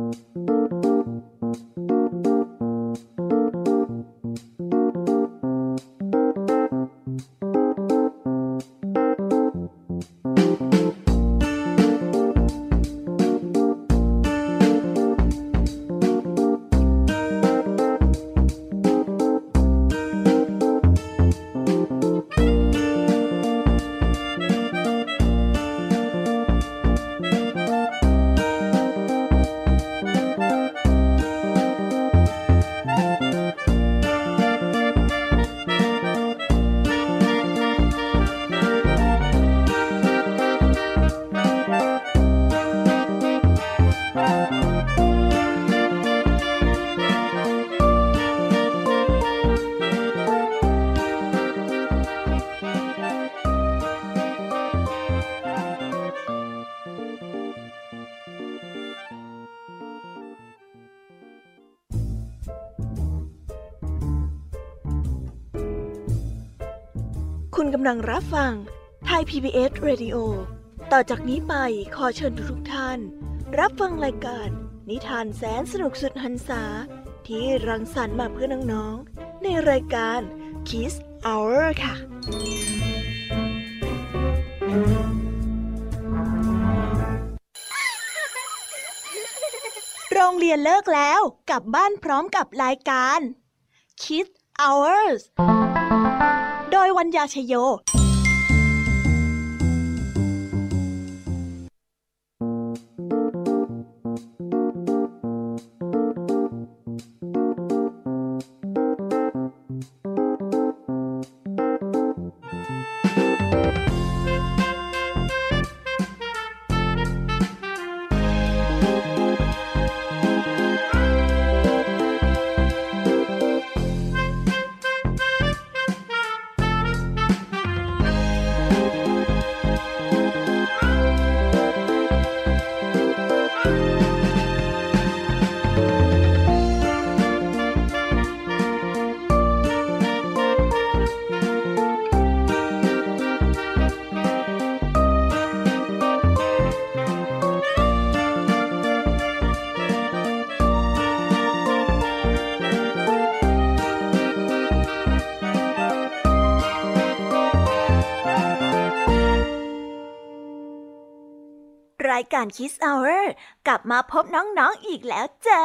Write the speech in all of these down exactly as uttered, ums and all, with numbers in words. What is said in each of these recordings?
คุณกำลังรับฟังไทย พี บี เอส Radio ต่อจากนี้ไปขอเชิญทุกท่านรับฟังรายการนิทานแสนสนุกสุดหรรษาที่รังสรรค์มาเพื่อน้องๆในรายการ Kids Hour ค่ะโรงเรียนเลิกแล้วกลับบ้านพร้อมกับรายการ Kids Hoursโดยวัญญาชโยรายการ Kids Hour กลับมาพบน้องๆ อ, อีกแล้วจ้า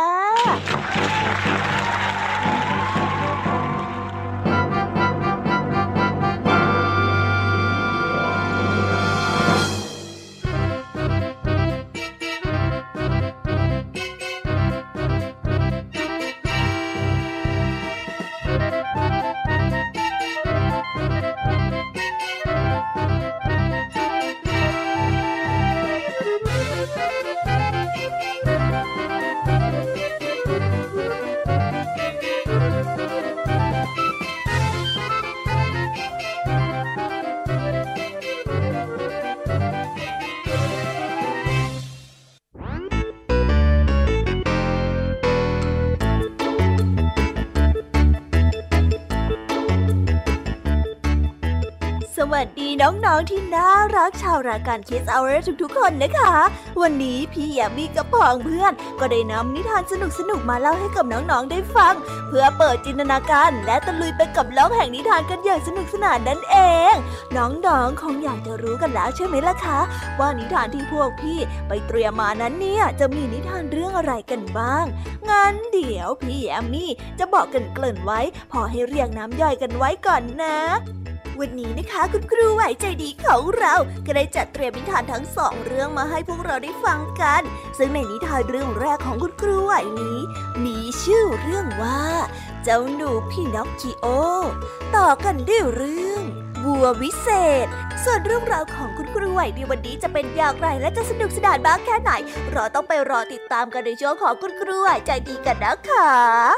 สวัสดีน้องๆที่น่ารักชาวรายการ Kids Hour ทุกๆคนนะคะวันนี้พี่แยมมี่กับพ้องเพื่อนก็ได้นำนิทานสนุกๆมาเล่าให้กับน้องๆได้ฟังเพื่อเปิดจินตนาการและตะลุยไปกับโลกแห่งนิทานกันอย่างสนุกสนานนั่นเองน้องๆคงอยากจะรู้กันแล้วใช่ไหมล่ะคะว่านิทานที่พวกพี่ไปเตรียมมานั้นเนี่ยจะมีนิทานเรื่องอะไรกันบ้างงั้นเดี๋ยวพี่แยมมี่จะบอกกันเกริ่นไว้พอให้เรียงน้ำย่อยกันไว้ก่อนนะวันนี้นะคะคุณครูไหวใจดีของเราก็ได้จัดเตรียมนิทานทั้งสองเรื่องมาให้พวกเราได้ฟังกันซึ่งในนิทานเรื่องแรกของคุณครูไหวนี้มีชื่อเรื่องว่าเจ้าหนูพี่น็อกคิโอต่อกันด้วยเรื่องวัววิเศษส่วนเรื่องราวของคุณครูไหวในวันนี้จะเป็นอย่างไรและจะสนุกสนานมากแค่ไหนเราต้องไปรอติดตามกันในช่วงของคุณครูไหวใจดีกันนะคะพ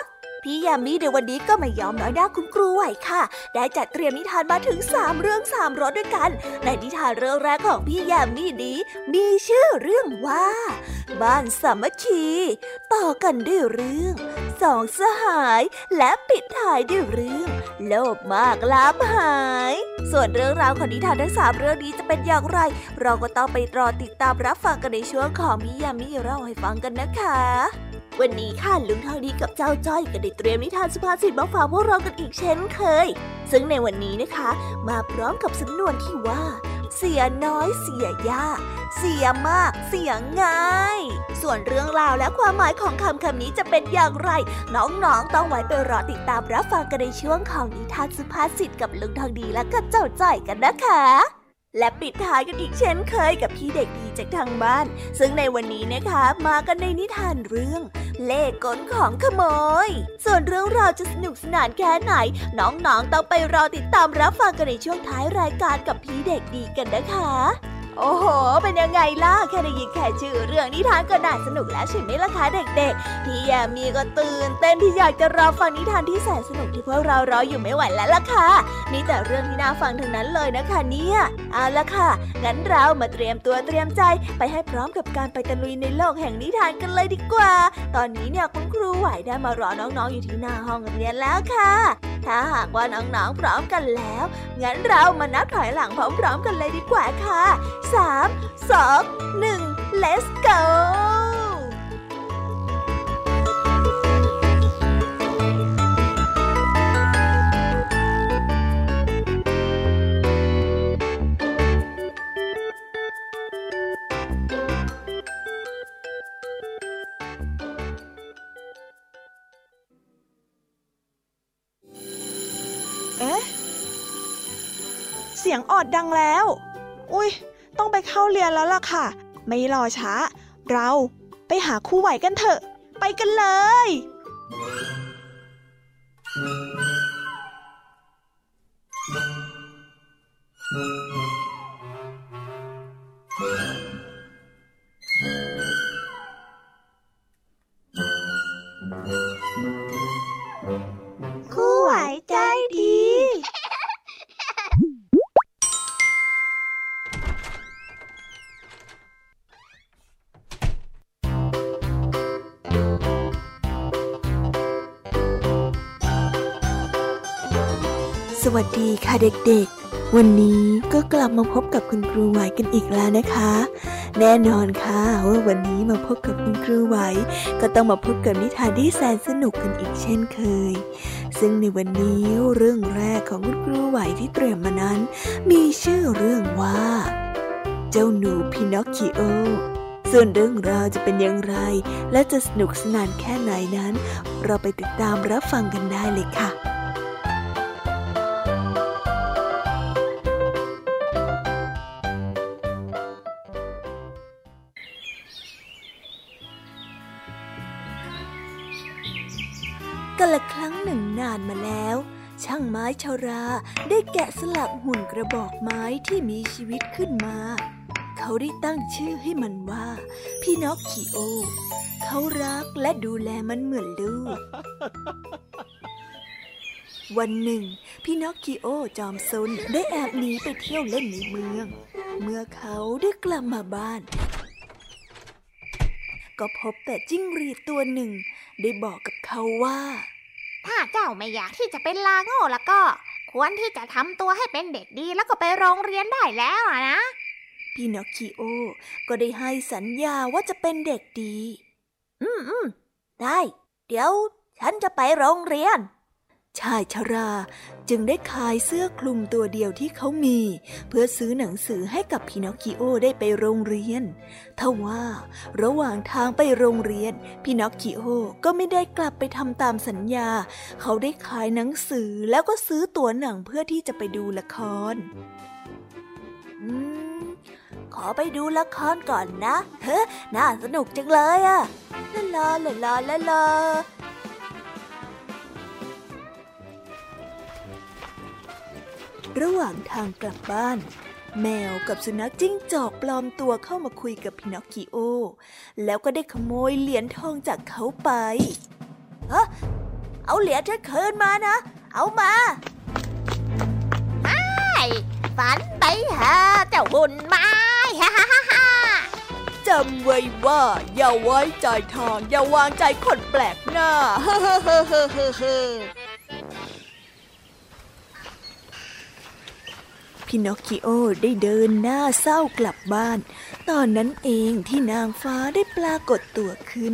พี่ยามีในวันนี้ก็ไม่ยอมน้อยหน้าคุณครูไหวค่ะได้จัดเตรียมนิทานมาถึงสามเรื่องสามรสด้วยกันในนิทานเรื่องแรกของพี่ยามีนี้มีชื่อเรื่องว่าบ้านสามัคคีต่อกันด้วยเรื่องสองสหายและปิดท้ายด้วยเรื่องโลภมากลับหายส่วนเรื่องราวของนิทานทั้งสามเรื่องนี้จะเป็นอย่างไรเราก็ต้องไปรอติดตามรับฟังกันในช่วงของพี่ยามีเล่าให้ฟังกันนะคะวันนี้ค่ะลุงทองดีกับเจ้าจ้อยก็ได้เตรียมนิทานสุภาษิตมาฝากพวกเรากันอีกเช่นเคยซึ่งในวันนี้นะคะมาพร้อมกับสำนวนที่ว่าเสียน้อยเสียยากเสียมากเสียง่ายส่วนเรื่องราวและความหมายของคำคำนี้จะเป็นอย่างไรน้องๆต้องไว้ไปรอติดตามรับฟังกันในช่วงของนิทานสุภาษิตกับลุงทองดีและก็เจ้าจ้อยกันนะคะและปิดท้ายกันอีกเช่นเคยกับพี่เด็กดีจากทางบ้านซึ่งในวันนี้นะคะมากันในนิทานเรื่องเล่ห์กลของขโมยส่วนเรื่องราวจะสนุกสนานแค่ไหนน้องๆต้องไปรอติดตามรับฟังกันในช่วงท้ายรายการกับพี่เด็กดีกันนะคะโอ้โหเป็นยังไงล่ะแค่ได้ยินแค่ชื่อเรื่องนิทานก็น่าสนุกแล้วใช่ไหมล่ะคะเด็กๆพี่แยมมีก็ตื่นเต้นที่อยากจะรอฟังนิทานที่แสนสนุกที่พวกเรารออยู่ไม่ไหวแล้วล่ะค่ะนี่แต่เรื่องที่น่าฟังทั้งนั้นเลยนะคะเนี่ยเอาล่ะค่ะงั้นเรามาเตรียมตัวเตรียมใจไปให้พร้อมกับการไปตะลุยในโลกแห่งนิทานกันเลยดีกว่าตอนนี้เนี่ยคุณครูไหวได้มารอน้องๆอยู่ที่หน้าห้องเรียนแล้วค่ะถ้าหากว่าน้องๆพร้อมกันแล้วงั้นเรามานับถอยหลังพร้อมๆกันเลยดีกว่าค่ะสาม สอง หนึ่ง let's go เอ๊ะเสียงออดดังแล้วอุ๊ยต้องไปเข้าเรียนแล้วล่ะค่ะไม่รอช้าเราไปหาครูไหวกันเถอะไปกันเลยครูไหวใจดีสวัสดีค่ะเด็กๆวันนี้ก็กลับมาพบกับคุณครูไหวกันอีกแล้วนะคะแน่นอนค่ะว่าวันนี้มาพบกับคุณครูไหวก็ต้องมาพบกับนิทานที่แสนสนุกกันอีกเช่นเคยซึ่งในวันนี้เรื่องแรกของคุณครูไหวที่เตรียมมานั้นมีชื่อเรื่องว่าเจ้าหนูพินอคคิโอส่วนเรื่องราวจะเป็นอย่างไรและจะสนุกสนานแค่ไหนนั้นเราไปติดตามรับฟังกันได้เลยค่ะกาลครั้งหนึ่งนานมาแล้วช่างไม้ชราได้แกะสลักหุ่นกระบอกไม้ที่มีชีวิตขึ้นมาเขาได้ตั้งชื่อให้มันว่าพินอคคิโอเขารักและดูแลมันเหมือนลูก วันหนึ่งพินอคคิโอจอมซนได้แอบหนีไปเที่ยวเล่นในเมืองเมื่อเขาได้กลับมาบ้านก็พบแต่จิ้งหรีดตัวหนึ่งได้บอกกับเขาว่าถ้าเจ้าไม่อยากที่จะเป็นลาโง่แล้วก็ควรที่จะทำตัวให้เป็นเด็กดีแล้วก็ไปโรงเรียนได้แล้วนะพินอคคิโอก็ได้ให้สัญญาว่าจะเป็นเด็กดีอืมอืมได้เดี๋ยวฉันจะไปโรงเรียนชายชราจึงได้ขายเสื้อคลุมตัวเดียวที่เขามีเพื่อซื้อหนังสือให้กับพินอคคิโอได้ไปโรงเรียนทว่าระหว่างทางไปโรงเรียนพินอคคิโอก็ไม่ได้กลับไปทำตามสัญญาเขาได้ขายหนังสือแล้วก็ซื้อตั๋วหนังเพื่อที่จะไปดูละครอืมขอไปดูละครก่อนนะเฮ้น่าสนุกจังเลยอะลาลาลาลาลาลาระหว่างทางกลับบ้านแมวกับสุนัขจิ้งจอกปลอมตัวเข้ามาคุยกับพินอคคิโอแล้วก็ได้ขโมยเหรียญทองจากเขาไปฮะเอาเหรียญฉันคืนมานะเอามาไอ้ฝันไปเถอะเจ้าบุญไม้ฮ่าฮ่าฮ่าฮ่าจำไว้ว่าอย่าไว้ใจทางอย่าวางใจคนแปลกหน้าฮ่าฮ่าฮ่าฮ่าฮ่าพินอคคิโอได้เดินหน้าเศร้ากลับบ้านตอนนั้นเองที่นางฟ้าได้ปรากฏตัวขึ้น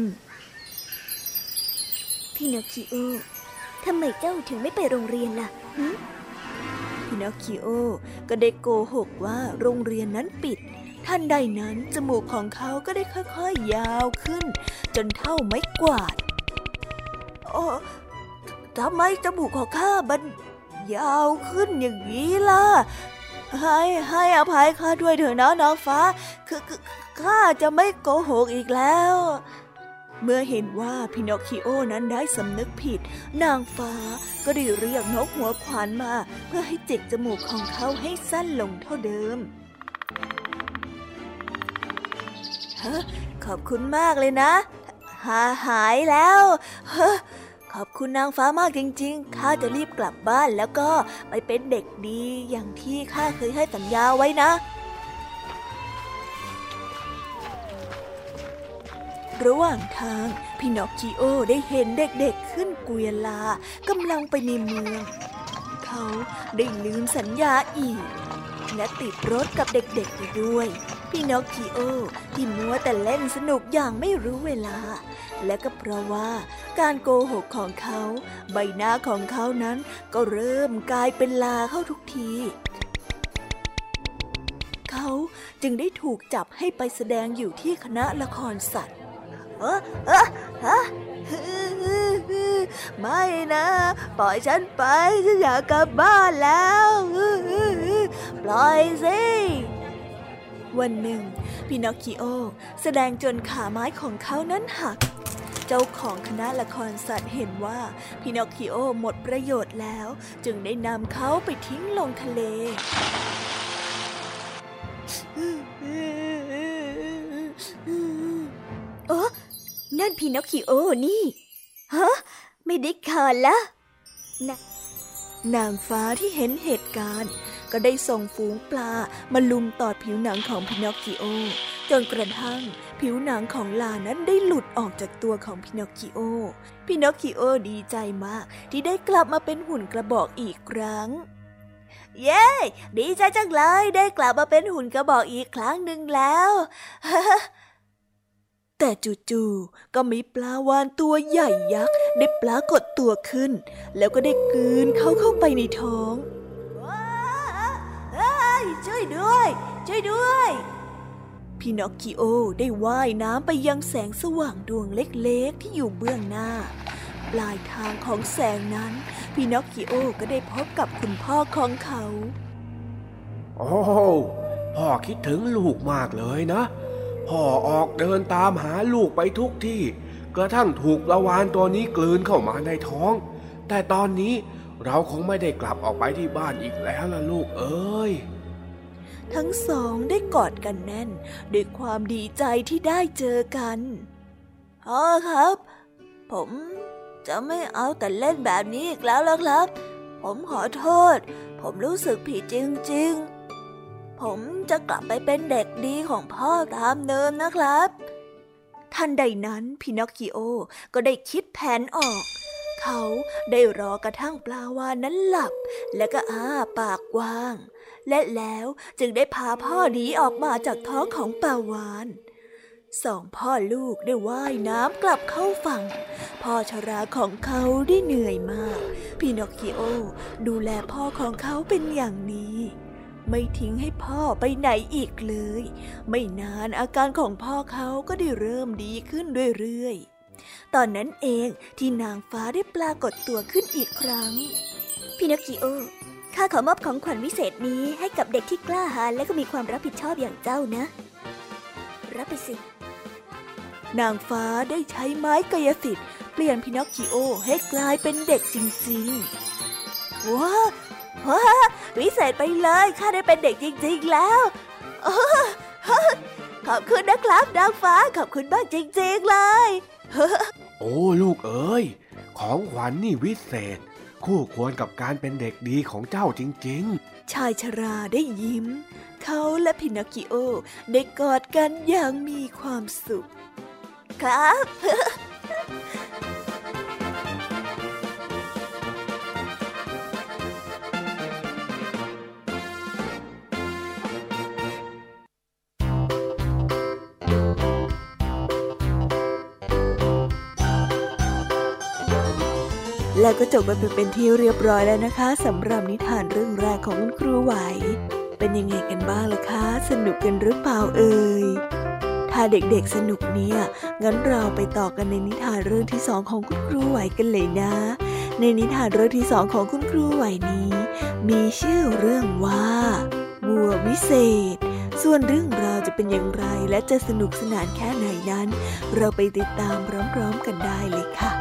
พินอคคิโอทำไมเจ้าถึงไม่ไปโรงเรียนล่ะพินอคคิโอก็ได้โกหกว่าโรงเรียนนั้นปิดทันใดนั้นจมูกของเขาก็ได้ค่อยๆยาวขึ้นจนเท่าไม้กวาดโอ้ทำไมจมูกของข้ามันยาวขึ้นอย่างนี้ล่ะให้ให้อภัยข้าด้วยเถอะนะนางฟ้าคือข้าจะไม่โกหกอีกแล้วเมื่อเห็นว่าพินอคคิโอนั้นได้สำนึกผิดนางฟ้าก็ได้เรียกนกหัวขวานมาเพื่อให้จิกจมูกของเขาให้สั้นลงเท่าเดิมฮะขอบคุณมากเลยนะหาหายแล้วฮะขอบคุณนางฟ้ามากจริงๆข้าจะรีบกลับบ้านแล้วก็ไปเป็นเด็กดีอย่างที่ข้าเคยให้สัญญาไว้นะระหว่างทางพินอคคิโอได้เห็นเด็กๆขึ้นเกวียนลากำลังไปในเมืองเขาได้ลืมสัญญาอีกและติดรถกับเด็กๆไปด้วยพินอคคิโอที่มัวแต่เล่นสนุกอย่างไม่รู้เวลาและก็เพราะว่าการโกหกของเขาใบหน้าของเขานั้นก็เริ่มกลายเป็นลาเข้าทุกทีเขาจึงได้ถูกจับให้ไปแสดงอยู่ที่คณะละครสัตว์เออเออฮะไม่นะปล่อยฉันไปฉันอยากกลับบ้านแล้วปล่อยสิวันหนึ่งพินอคคิโอแสดงจนขาไม้ของเขานั้นหักเจ้าของคณะละครสัตว์เห็นว่าพินอคคิโอหมดประโยชน์แล้วจึงได้นำเขาไปทิ้งลงทะเลเออนั่นพินอคคิโอนี่ฮะไม่ได้ขาดละนะนางฟ้าที่เห็นเหตุการณ์ก็ได้ส่งฝูงปลามาลุมตอดผิวหนังของพินอคคิโอจนกระทั่งผิวหนังของลานั้นได้หลุดออกจากตัวของพินอคคิโอพินอคคิโอดีใจมากที่ได้กลับมาเป็นหุ่นกระบอกอีกครั้งเย้ดีใจจังเลยได้กลับมาเป็นหุ่นกระบอกอีกครั้งหนึ่งแล้วแต่จู่ๆก็มีปลาวาฬตัวใหญ่ยักษ์ได้ปรากฏตัวขึ้นแล้วก็ได้กลืนเขาเข้าไปในท้องช่วยด้วยช่วยด้วยพินอคคิโอได้ว่ายน้ำไปยังแสงสว่างดวงเล็กๆที่อยู่เบื้องหน้าปลายทางของแสงนั้นพินอคคิโอก็ได้พบกับคุณพ่อของเขาโอ้พ่อคิดถึงลูกมากเลยนะพ่อออกเดินตามหาลูกไปทุกที่กระทั่งถูกปลาวาฬตัวนี้กลืนเข้ามาในท้องแต่ตอนนี้เราคงไม่ได้กลับออกไปที่บ้านอีกแล้วล่ะลูกเอ้ยทั้งสองได้กอดกันแน่นด้วยความดีใจที่ได้เจอกันพ่อครับผมจะไม่เอาแต่เล่นแบบนี้อีกแล้วล่ะครับผมขอโทษผมรู้สึกผิดจริงๆผมจะกลับไปเป็นเด็กดีของพ่อตามเดิมนะครับทันใดนั้นพินอคคิโอก็ได้คิดแผนออกเขาได้รอกระทั่งปลาวาฬนั้นหลับและก็อ้าปากกว้างและแล้วจึงได้พาพ่อหนีออกมาจากท้องของปลาวาฬสองพ่อลูกได้ว่ายน้ำกลับเข้าฝั่งพ่อชราของเขาได้เหนื่อยมากพินอคคิโอดูแลพ่อของเขาเป็นอย่างดีไม่ทิ้งให้พ่อไปไหนอีกเลยไม่นานอาการของพ่อเขาก็ได้เริ่มดีขึ้นเรื่อยๆตอนนั้นเองที่นางฟ้าได้ปรากฏตัวขึ้นอีกครั้งพินอคคิโอข้าขอมอบของขวัญวิเศษนี้ให้กับเด็กที่กล้าหาญและก็มีความรับผิดชอบอย่างเจ้านะรับไปสินางฟ้าได้ใช้ไม้กายสิทธิ์เปลี่ยนพินอคคิโอให้กลายเป็นเด็กจริงๆว้าว้าวิเศษไปเลยข้าได้เป็นเด็กจริงๆแล้วขอบคุณนะครับนางฟ้าขอบคุณมากจริงๆเลยโอ้ลูกเอ๋ยขของขวัญนี่วิเศษคู่ควรกับการเป็นเด็กดีของเจ้าจริงๆชายชราได้ยิ้มเขาและพินอคคิโอได้กอดกันอย่างมีความสุขครับ แล้วก็จบไปเป็นที่เรียบร้อยแล้วนะคะสำหรับนิทานเรื่องแรกของคุณครูไหวเป็นยังไงกันบ้างล่ะคะสนุกกันหรือเปล่าเอ่ยถ้าเด็กๆสนุกเนี่ยงั้นเราไปต่อกันในนิทานเรื่องที่สองของคุณครูไหวกันเลยนะในนิทานเรื่องที่สองของคุณครูไหวนี้มีชื่อเรื่องว่าบัววิเศษส่วนเรื่องราวจะเป็นอย่างไรและจะสนุกสนานแค่ไหนนั้นเราไปติดตามพร้อมๆกันได้เลยค่ะ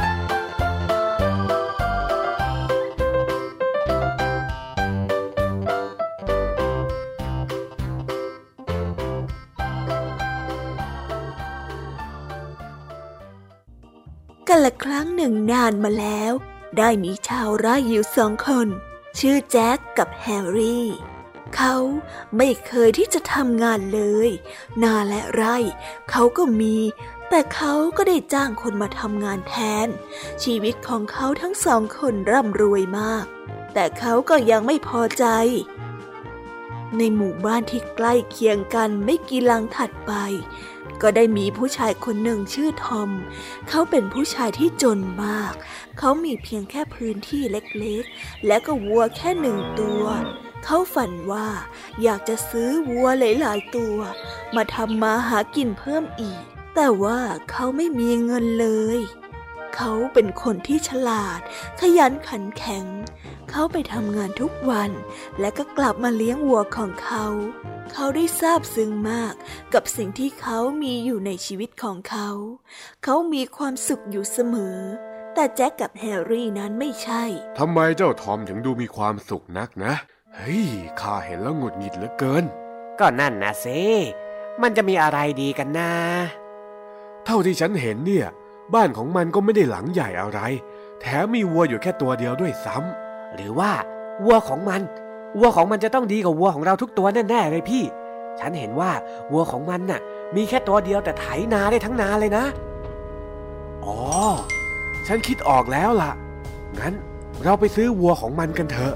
กันละครั้งหนึ่งนานมาแล้วได้มีชาวไร่อยู่สองคนชื่อแจ็คกับแฮร์รี่เขาไม่เคยที่จะทำงานเลยนาและไร่เขาก็มีแต่เขาก็ได้จ้างคนมาทำงานแทนชีวิตของเขาทั้งสองคนร่ำรวยมากแต่เขาก็ยังไม่พอใจในหมู่บ้านที่ใกล้เคียงกันไม่กี่ลังถัดไปก็ได้มีผู้ชายคนหนึ่งชื่อทอมเขาเป็นผู้ชายที่จนมากเขามีเพียงแค่พื้นที่เล็กๆและก็วัวแค่หนึ่งตัวเขาฝันว่าอยากจะซื้อวัวหลายๆตัวมาทำมาหากินเพิ่มอีกแต่ว่าเขาไม่มีเงินเลยเขาเป็นคนที่ฉลาดขยันขันแข็งเขาไปทำงานทุกวันและก็กลับมาเลี้ยงวัวของเขาเขาได้ซาบซึ้งมากกับสิ่งที่เขามีอยู่ในชีวิตของเขาเขามีความสุขอยู่เสมอแต่แจ็คกับแฮร์รี่นั้นไม่ใช่ทำไมเจ้าทอมถึงดูมีความสุขนักนะเฮ้ยข้าเห็นแล้วหงุดหงิดเหลือเกินก็นั่นนะสิมันจะมีอะไรดีกันนะเท่าที่ฉันเห็นเนี่ยบ้านของมันก็ไม่ได้หลังใหญ่อะไรแถมมีวัวอยู่แค่ตัวเดียวด้วยซ้ำหรือว่าวัวของมันวัวของมันจะต้องดีกว่าวัวของเราทุกตัวแน่ๆเลยพี่ฉันเห็นว่าวัวของมันน่ะมีแค่ตัวเดียวแต่ไถนาได้ทั้งนาเลยนะอ๋อฉันคิดออกแล้วล่ะงั้นเราไปซื้อวัวของมันกันเถอะ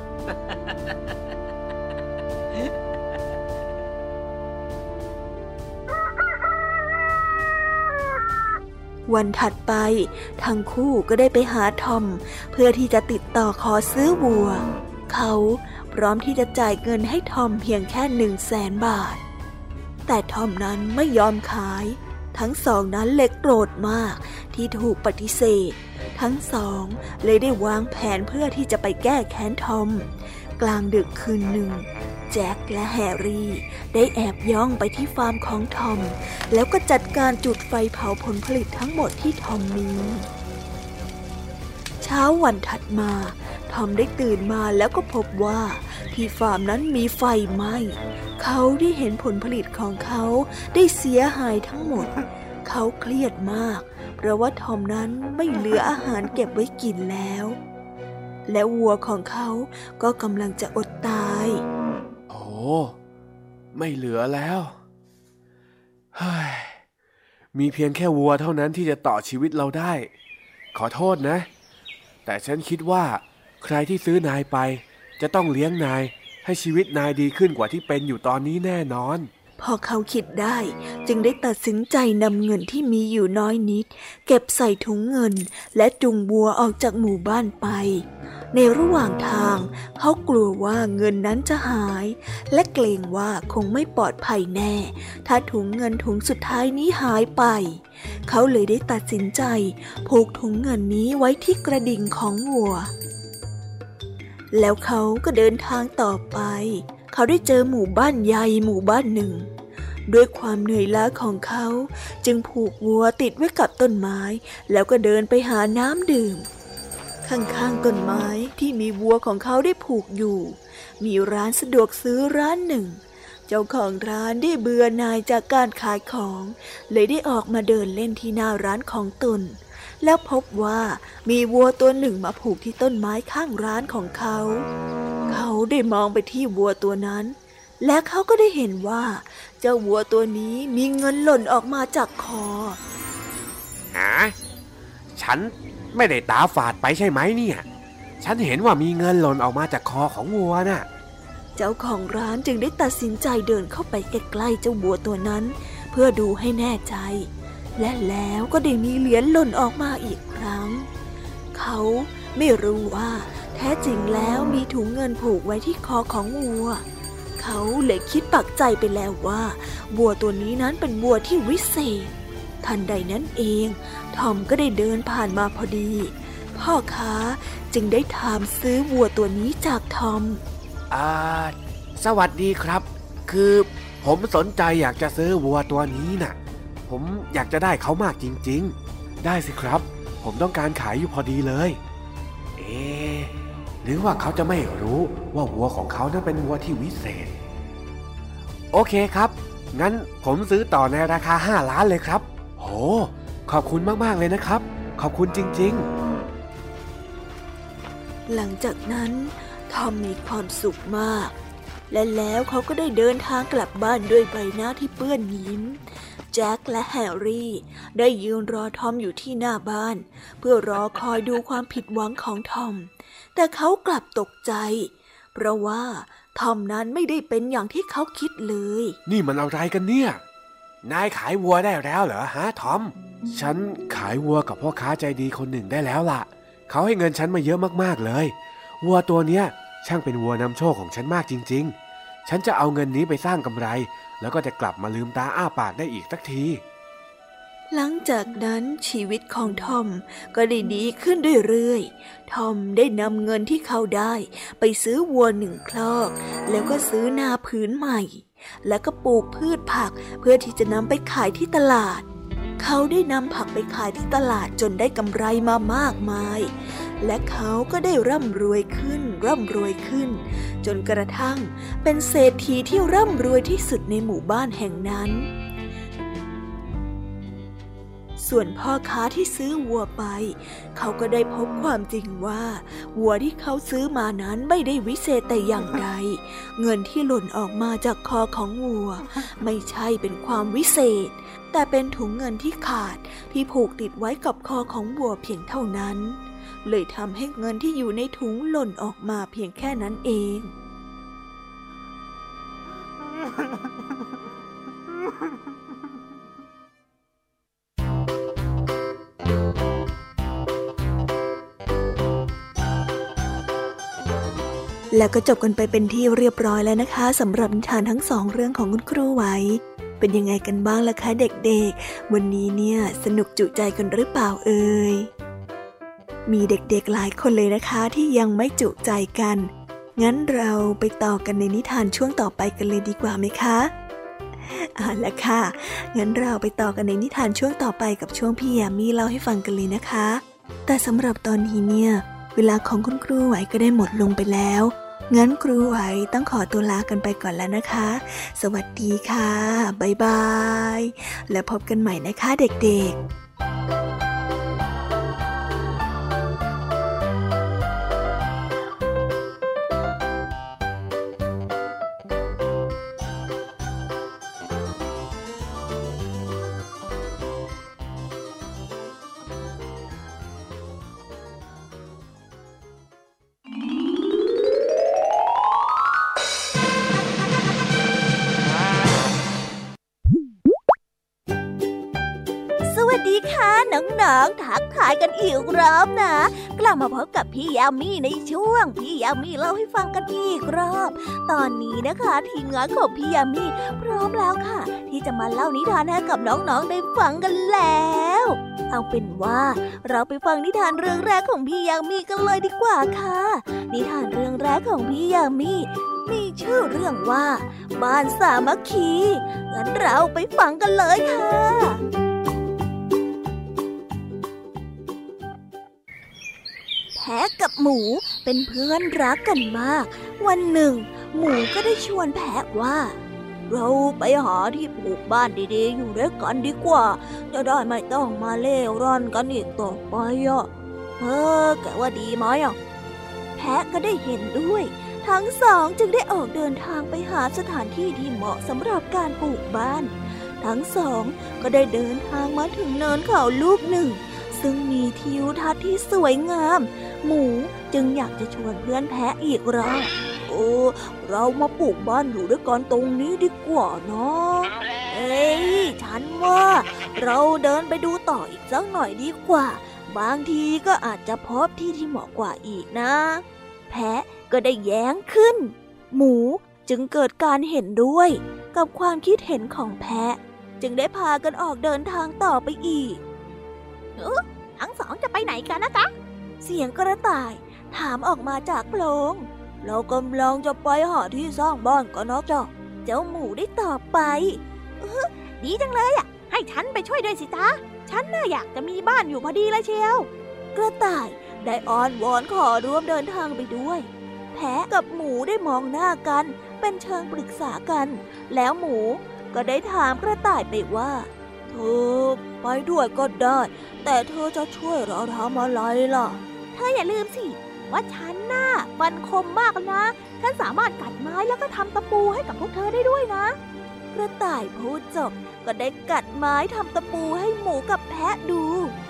วันถัดไปทั้งคู่ก็ได้ไปหาทอมเพื่อที่จะติดต่อขอซื้อวัวเขาพร้อมที่จะจ่ายเงินให้ทอมเพียงแค่หนึ่งแสนบาทแต่ทอมนั้นไม่ยอมขายทั้งสองนั้นเลยโกรธมากที่ถูกปฏิเสธทั้งสองเลยได้วางแผนเพื่อที่จะไปแก้แค้นทอมกลางดึกคืนหนึ่งแจ็คและแฮร์รี่ได้แอบย่องไปที่ฟาร์มของทอมแล้วก็จัดการจุดไฟเผาผลผลิตทั้งหมดที่ทอมมีเช้าวันถัดมาทอมได้ตื่นมาแล้วก็พบว่าที่ฟาร์มนั้นมีไฟไหม้เขาได้เห็นผลผลิตของเขาได้เสียหายทั้งหมดเขาเครียดมากเพราะว่าทอมนั้นไม่เหลืออาหารเก็บไว้กินแล้วและวัวของเขาก็กำลังจะอดตายโอ้ไม่เหลือแล้วเฮ้ยมีเพียงแค่วัวเท่านั้นที่จะต่อชีวิตเราได้ขอโทษนะแต่ฉันคิดว่าใครที่ซื้อนายไปจะต้องเลี้ยงนายให้ชีวิตนายดีขึ้นกว่าที่เป็นอยู่ตอนนี้แน่นอนพอเขาคิดได้จึงได้ตัดสินใจนำเงินที่มีอยู่น้อยนิดเก็บใส่ถุงเงินและจูงวัวออกจากหมู่บ้านไปในระหว่างทางเขากลัวว่าเงินนั้นจะหายและเกรงว่าคงไม่ปลอดภัยแน่ถ้าถุงเงินถุงสุดท้ายนี้หายไปเขาเลยได้ตัดสินใจผูกถุงเงินนี้ไว้ที่กระดิ่งของวัวแล้วเขาก็เดินทางต่อไปเขาได้เจอหมู่บ้านใหญ่หมู่บ้านหนึ่งด้วยความเหนื่อยล้าของเขาจึงผูกวัวติดไว้กับต้นไม้แล้วก็เดินไปหาน้ำดื่มข้างๆต้นไม้ที่มีวัวของเขาได้ผูกอยู่มีร้านสะดวกซื้อร้านหนึ่งเจ้าของร้านได้เบื่อหน่ายจากการขายของเลยได้ออกมาเดินเล่นที่หน้าร้านของตนแล้วพบว่ามีวัวตัวหนึ่งมาผูกที่ต้นไม้ข้างร้านของเขาเขาได้มองไปที่วัวตัวนั้นและเขาก็ได้เห็นว่าเจ้าวัวตัวนี้มีเงินหล่นออกมาจากคอฮะฉันไม่ได้ตาฝาดไปใช่ไหมเนี่ยฉันเห็นว่ามีเงินหล่นออกมาจากคอของวัวน่ะเจ้าของร้านจึงได้ตัดสินใจเดินเข้าไปใกล้ๆเจ้าวัวตัวนั้นเพื่อดูให้แน่ใจและแล้วก็ได้มีเหรียญหล่นออกมาอีกครั้งเขาไม่รู้ว่าแท้จริงแล้วมีถุงเงินผูกไว้ที่คอของวัวเขาเลยคิดปักใจไปแล้วว่าวัวตัวนี้นั้นเป็นวัวที่วิเศษทันใดนั้นเองทอมก็ได้เดินผ่านมาพอดีพ่อค้าจึงได้ถามซื้อวัวตัวนี้จากทอมอ่าสวัสดีครับคือผมสนใจอยากจะซื้อวัวตัวนี้น่ะผมอยากจะได้เขามากจริงๆได้สิครับผมต้องการขายอยู่พอดีเลยเอ๊ะหรือว่าเขาจะไม่รู้ว่าวัวของเขานั้นเป็นวัวที่วิเศษโอเคครับงั้นผมซื้อต่อในราคาห้าล้านเลยครับโหขอบคุณมากๆเลยนะครับขอบคุณจริงๆหลังจากนั้นทอมมีความสุขมากและแล้วเขาก็ได้เดินทางกลับบ้านด้วยใบหน้าที่เปื้อนยิ้มแจ็คและแฮร์รี่ได้ยืนรอทอมอยู่ที่หน้าบ้านเพื่อรอคอยดูความผิดหวังของทอมแต่เขากลับตกใจเพราะว่าทอมนั้นไม่ได้เป็นอย่างที่เขาคิดเลยนี่มันอะไรกันเนี่ยนายขายวัวได้แล้วเหรอฮะทอมฉันขายวัวกับพ่อค้าใจดีคนหนึ่งได้แล้วล่ะเขาให้เงินฉันมาเยอะมากๆเลยวัวตัวเนี้ยช่างเป็นวัวนำโชคของฉันมากจริงๆฉันจะเอาเงินนี้ไปสร้างกำไรแล้วก็จะกลับมาลืมตาอ้าปากได้อีกสักทีหลังจากนั้นชีวิตของทอมก็ได้ดีขึ้นเรื่อยๆทอมได้นำเงินที่เขาได้ไปซื้อวัวหนึ่งครอกแล้วก็ซื้อนาผืนใหม่แล้วก็ปลูกพืชผักเพื่อที่จะนำไปขายที่ตลาดเขาได้นำผักไปขายที่ตลาดจนได้กำไรมามากมายและเขาก็ได้ร่ำรวยขึ้นร่ำรวยขึ้นจนกระทั่งเป็นเศรษฐีที่ร่ำรวยที่สุดในหมู่บ้านแห่งนั้นส่วนพ่อค้าที่ซื้อวัวไปเขาก็ได้พบความจริงว่าวัวที่เขาซื้อมานั้นไม่ได้วิเศษแต่อย่างใดเงินที่หล่นออกมาจากคอของวัวไม่ใช่เป็นความวิเศษแต่เป็นถุงเงินที่ขาดที่ผูกติดไว้กับคอของวัวเพียงเท่านั้นเลยทำให้เงินที่อยู่ในถุงหล่นออกมาเพียงแค่นั้นเองแล้วก็จบกันไปเป็นที่เรียบร้อยแล้วนะคะสำหรับนิทานทั้งสองเรื่องของคุณครูไหวเป็นยังไงกันบ้างล่ะคะเด็กๆวันนี้เนี่ยสนุกจุใจกันหรือเปล่าเอ่ยมีเด็กๆหลายคนเลยนะคะที่ยังไม่จุใจกันงั้นเราไปต่อกันในนิทานช่วงต่อไปกันเลยดีกว่าไหมคะเอาล่ะค่ะงั้นเราไปต่อกันในนิทานช่วงต่อไปกับช่วงพี่แยมมี่เล่าให้ฟังกันเลยนะคะแต่สำหรับตอนนี้เนี่ยเวลาของคุณครูไหวก็ได้หมดลงไปแล้วงั้นครูไหวต้องขอตัวลากันไปก่อนแล้วนะคะสวัสดีค่ะบ๊ายบายแล้วพบกันใหม่นะคะเด็กๆน้องๆทักทายกันอีกรอบนะกลับมาพบกับพี่ยามีในช่วงพี่ยามีเล่าให้ฟังกันอีกรอบตอนนี้นะคะทีมงานของพี่ยามีพร้อมแล้วค่ะที่จะมาเล่านิทานให้กับน้องๆได้ฟังกันแล้วเอาเป็นว่าเราไปฟังนิทานเรื่องแรกของพี่ยามีกันเลยดีกว่าค่ะนิทานเรื่องแรกของพี่ยามีมีชื่อเรื่องว่าบ้านสามัคคีงั้นเราไปฟังกันเลยค่ะแพะกับหมูเป็นเพื่อนรักกันมากวันหนึ่งหมูก็ได้ชวนแพะว่าเราไปหาที่ปลูกบ้านดีๆอยู่ด้วยกันดีกว่าจะได้ไม่ต้องมาเล่ร่อนกันอีกต่อไปอ่ะเออแกว่าดีไหมอ่ะแพะก็ได้เห็นด้วยทั้งสองจึงได้ออกเดินทางไปหาสถานที่ที่เหมาะสำหรับการปลูกบ้านทั้งสองก็ได้เดินทางมาถึงเนินเขาลูกหนึ่งซึ่งมีทิวทัศน์ที่สวยงามหมูจึงอยากจะชวนเพื่อนแพะอีกรอบโอ้เรามาปลูกบ้านอยู่ด้วยกันตรงนี้ดีกว่าเนาะเอ้ยฉันว่าเราเดินไปดูต่ออีกสักหน่อยดีกว่าบางทีก็อาจจะพบที่ที่เหมาะกว่าอีกนะแพะก็ได้แย้งขึ้นหมูจึงเกิดการเห็นด้วยกับความคิดเห็นของแพะจึงได้พากันออกเดินทางต่อไปอีกเออทั้งสองจะไปไหนกันนะจ๊ะเสียงกระต่ายถามออกมาจากโพรงเรากำลังจะไปหาที่สร้างบ้านกันนะจ๊ะเจ้าหมูได้ตอบไปเออดีจังเลยอ่ะให้ฉันไปช่วยด้วยสิจ๊ะฉันน่ะอยากจะมีบ้านอยู่พอดีเลยเชียวกระต่ายได้อ้อนวอนขอร่วมเดินทางไปด้วยแพะกับหมูได้มองหน้ากันเป็นเชิงปรึกษากันแล้วหมูก็ได้ถามกระต่ายไปว่าเธอไปด้วยก็ได้แต่เธอจะช่วยเราทำอะไรล่ะเธออย่าลืมสิว่าฉันน่ะฟันคมมากเลยนะฉันสามารถกัดไม้แล้วก็ทำตะปูให้กับพวกเธอได้ด้วยนะกระต่ายพูดจบก็ได้กัดไม้ทำตะปูให้หมูกับแพะดู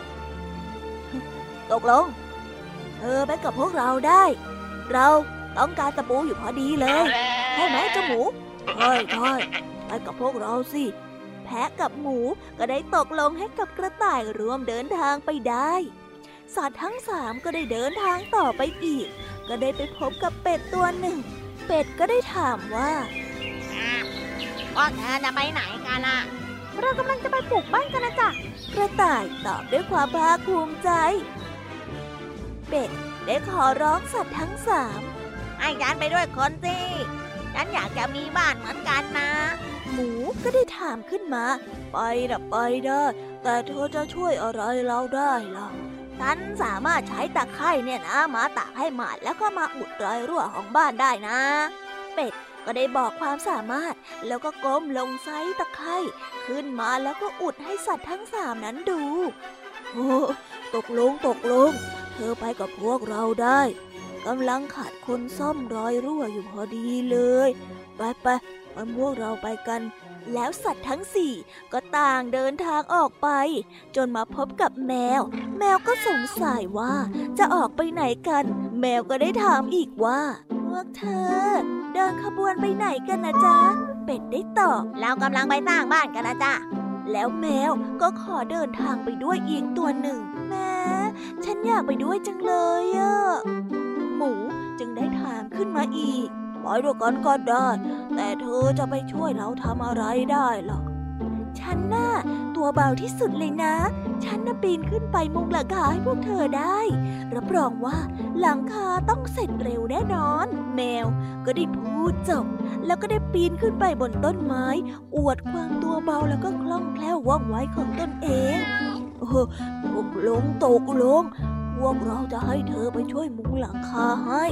ตกลงเธอไปกับพวกเราได้เราต้องการตะปูอยู่พอดีเลยใช่ไหมเจ้าหมูใช่ใช่ไปกับพวกเราสิแพะกับหมูก็ได้ตกลงให้กับกระต่ายร่วมเดินทางไปได้สัตว์ทั้งสามก็ได้เดินทางต่อไปอีกก็ได้ไปพบกับเป็ดตัวหนึ่งเป็ดก็ได้ถามว่าพวกเธอจะไปไหนกันอ่ะเรากำลังจะไปปลูกบ้านกันนะจ๊ะกระต่ายตอบด้วยความภาคภูมิใจเป็ดได้ขอร้องสัตว์ทั้งสามให้ฉันไปด้วยคนสิฉันอยากจะมีบ้านเหมือนกันนะหมูก็ได้ถามขึ้นมาไปนะไปได้แต่เธอจะช่วยอะไรเราได้ล่ะฉันสามารถใช้ตะไคร่เนี่ยนะมาตากให้หมาดแล้วก็มาอุดรอยรั่วของบ้านได้นะเป็ดก็ได้บอกความสามารถแล้วก็ก้มลงไซตะไคร่ขึ้นมาแล้วก็อุดให้สัตว์ทั้งสามนั้นดูโอ้ตกลงตกลงเธอไปกับพวกเราได้กำลังขาดคนซ่อมรอยรั่วอยู่พอดีเลยไปไปมันพวกเราไปกันแล้วสัตว์ทั้งสี่ก็ต่างเดินทางออกไปจนมาพบกับแมวแมวก็สงสัยว่าจะออกไปไหนกันแมวก็ได้ถามอีกว่าพวกเธอเดินขบวนไปไหนกันนะจ๊ะเป็ดได้ตอบเรากำลังไปสร้างบ้านกันนะจ๊ะแล้วแมวก็ขอเดินทางไปด้วยอีกตัวหนึ่งแม่ฉันอยากไปด้วยจังเลยอะหมูจึงได้ถามขึ้นมาอีกไปด้วยกันก็ได้แต่เธอจะไปช่วยเราทำอะไรได้ล่ะฉันน่ะตัวเบาที่สุดเลยนะฉันน่ะปีนขึ้นไปมุงหลังคาให้พวกเธอได้รับรองว่าหลังคาต้องเสร็จเร็วแน่นอนแมวก็ได้พูดจบแล้วก็ได้ปีนขึ้นไปบนต้นไม้อวดความตัวเบาแล้วก็คล่องแคล่วว่องไวของตนเองเออตกลงตกลงพวกเราจะให้เธอไปช่วยมุงหลังคาให้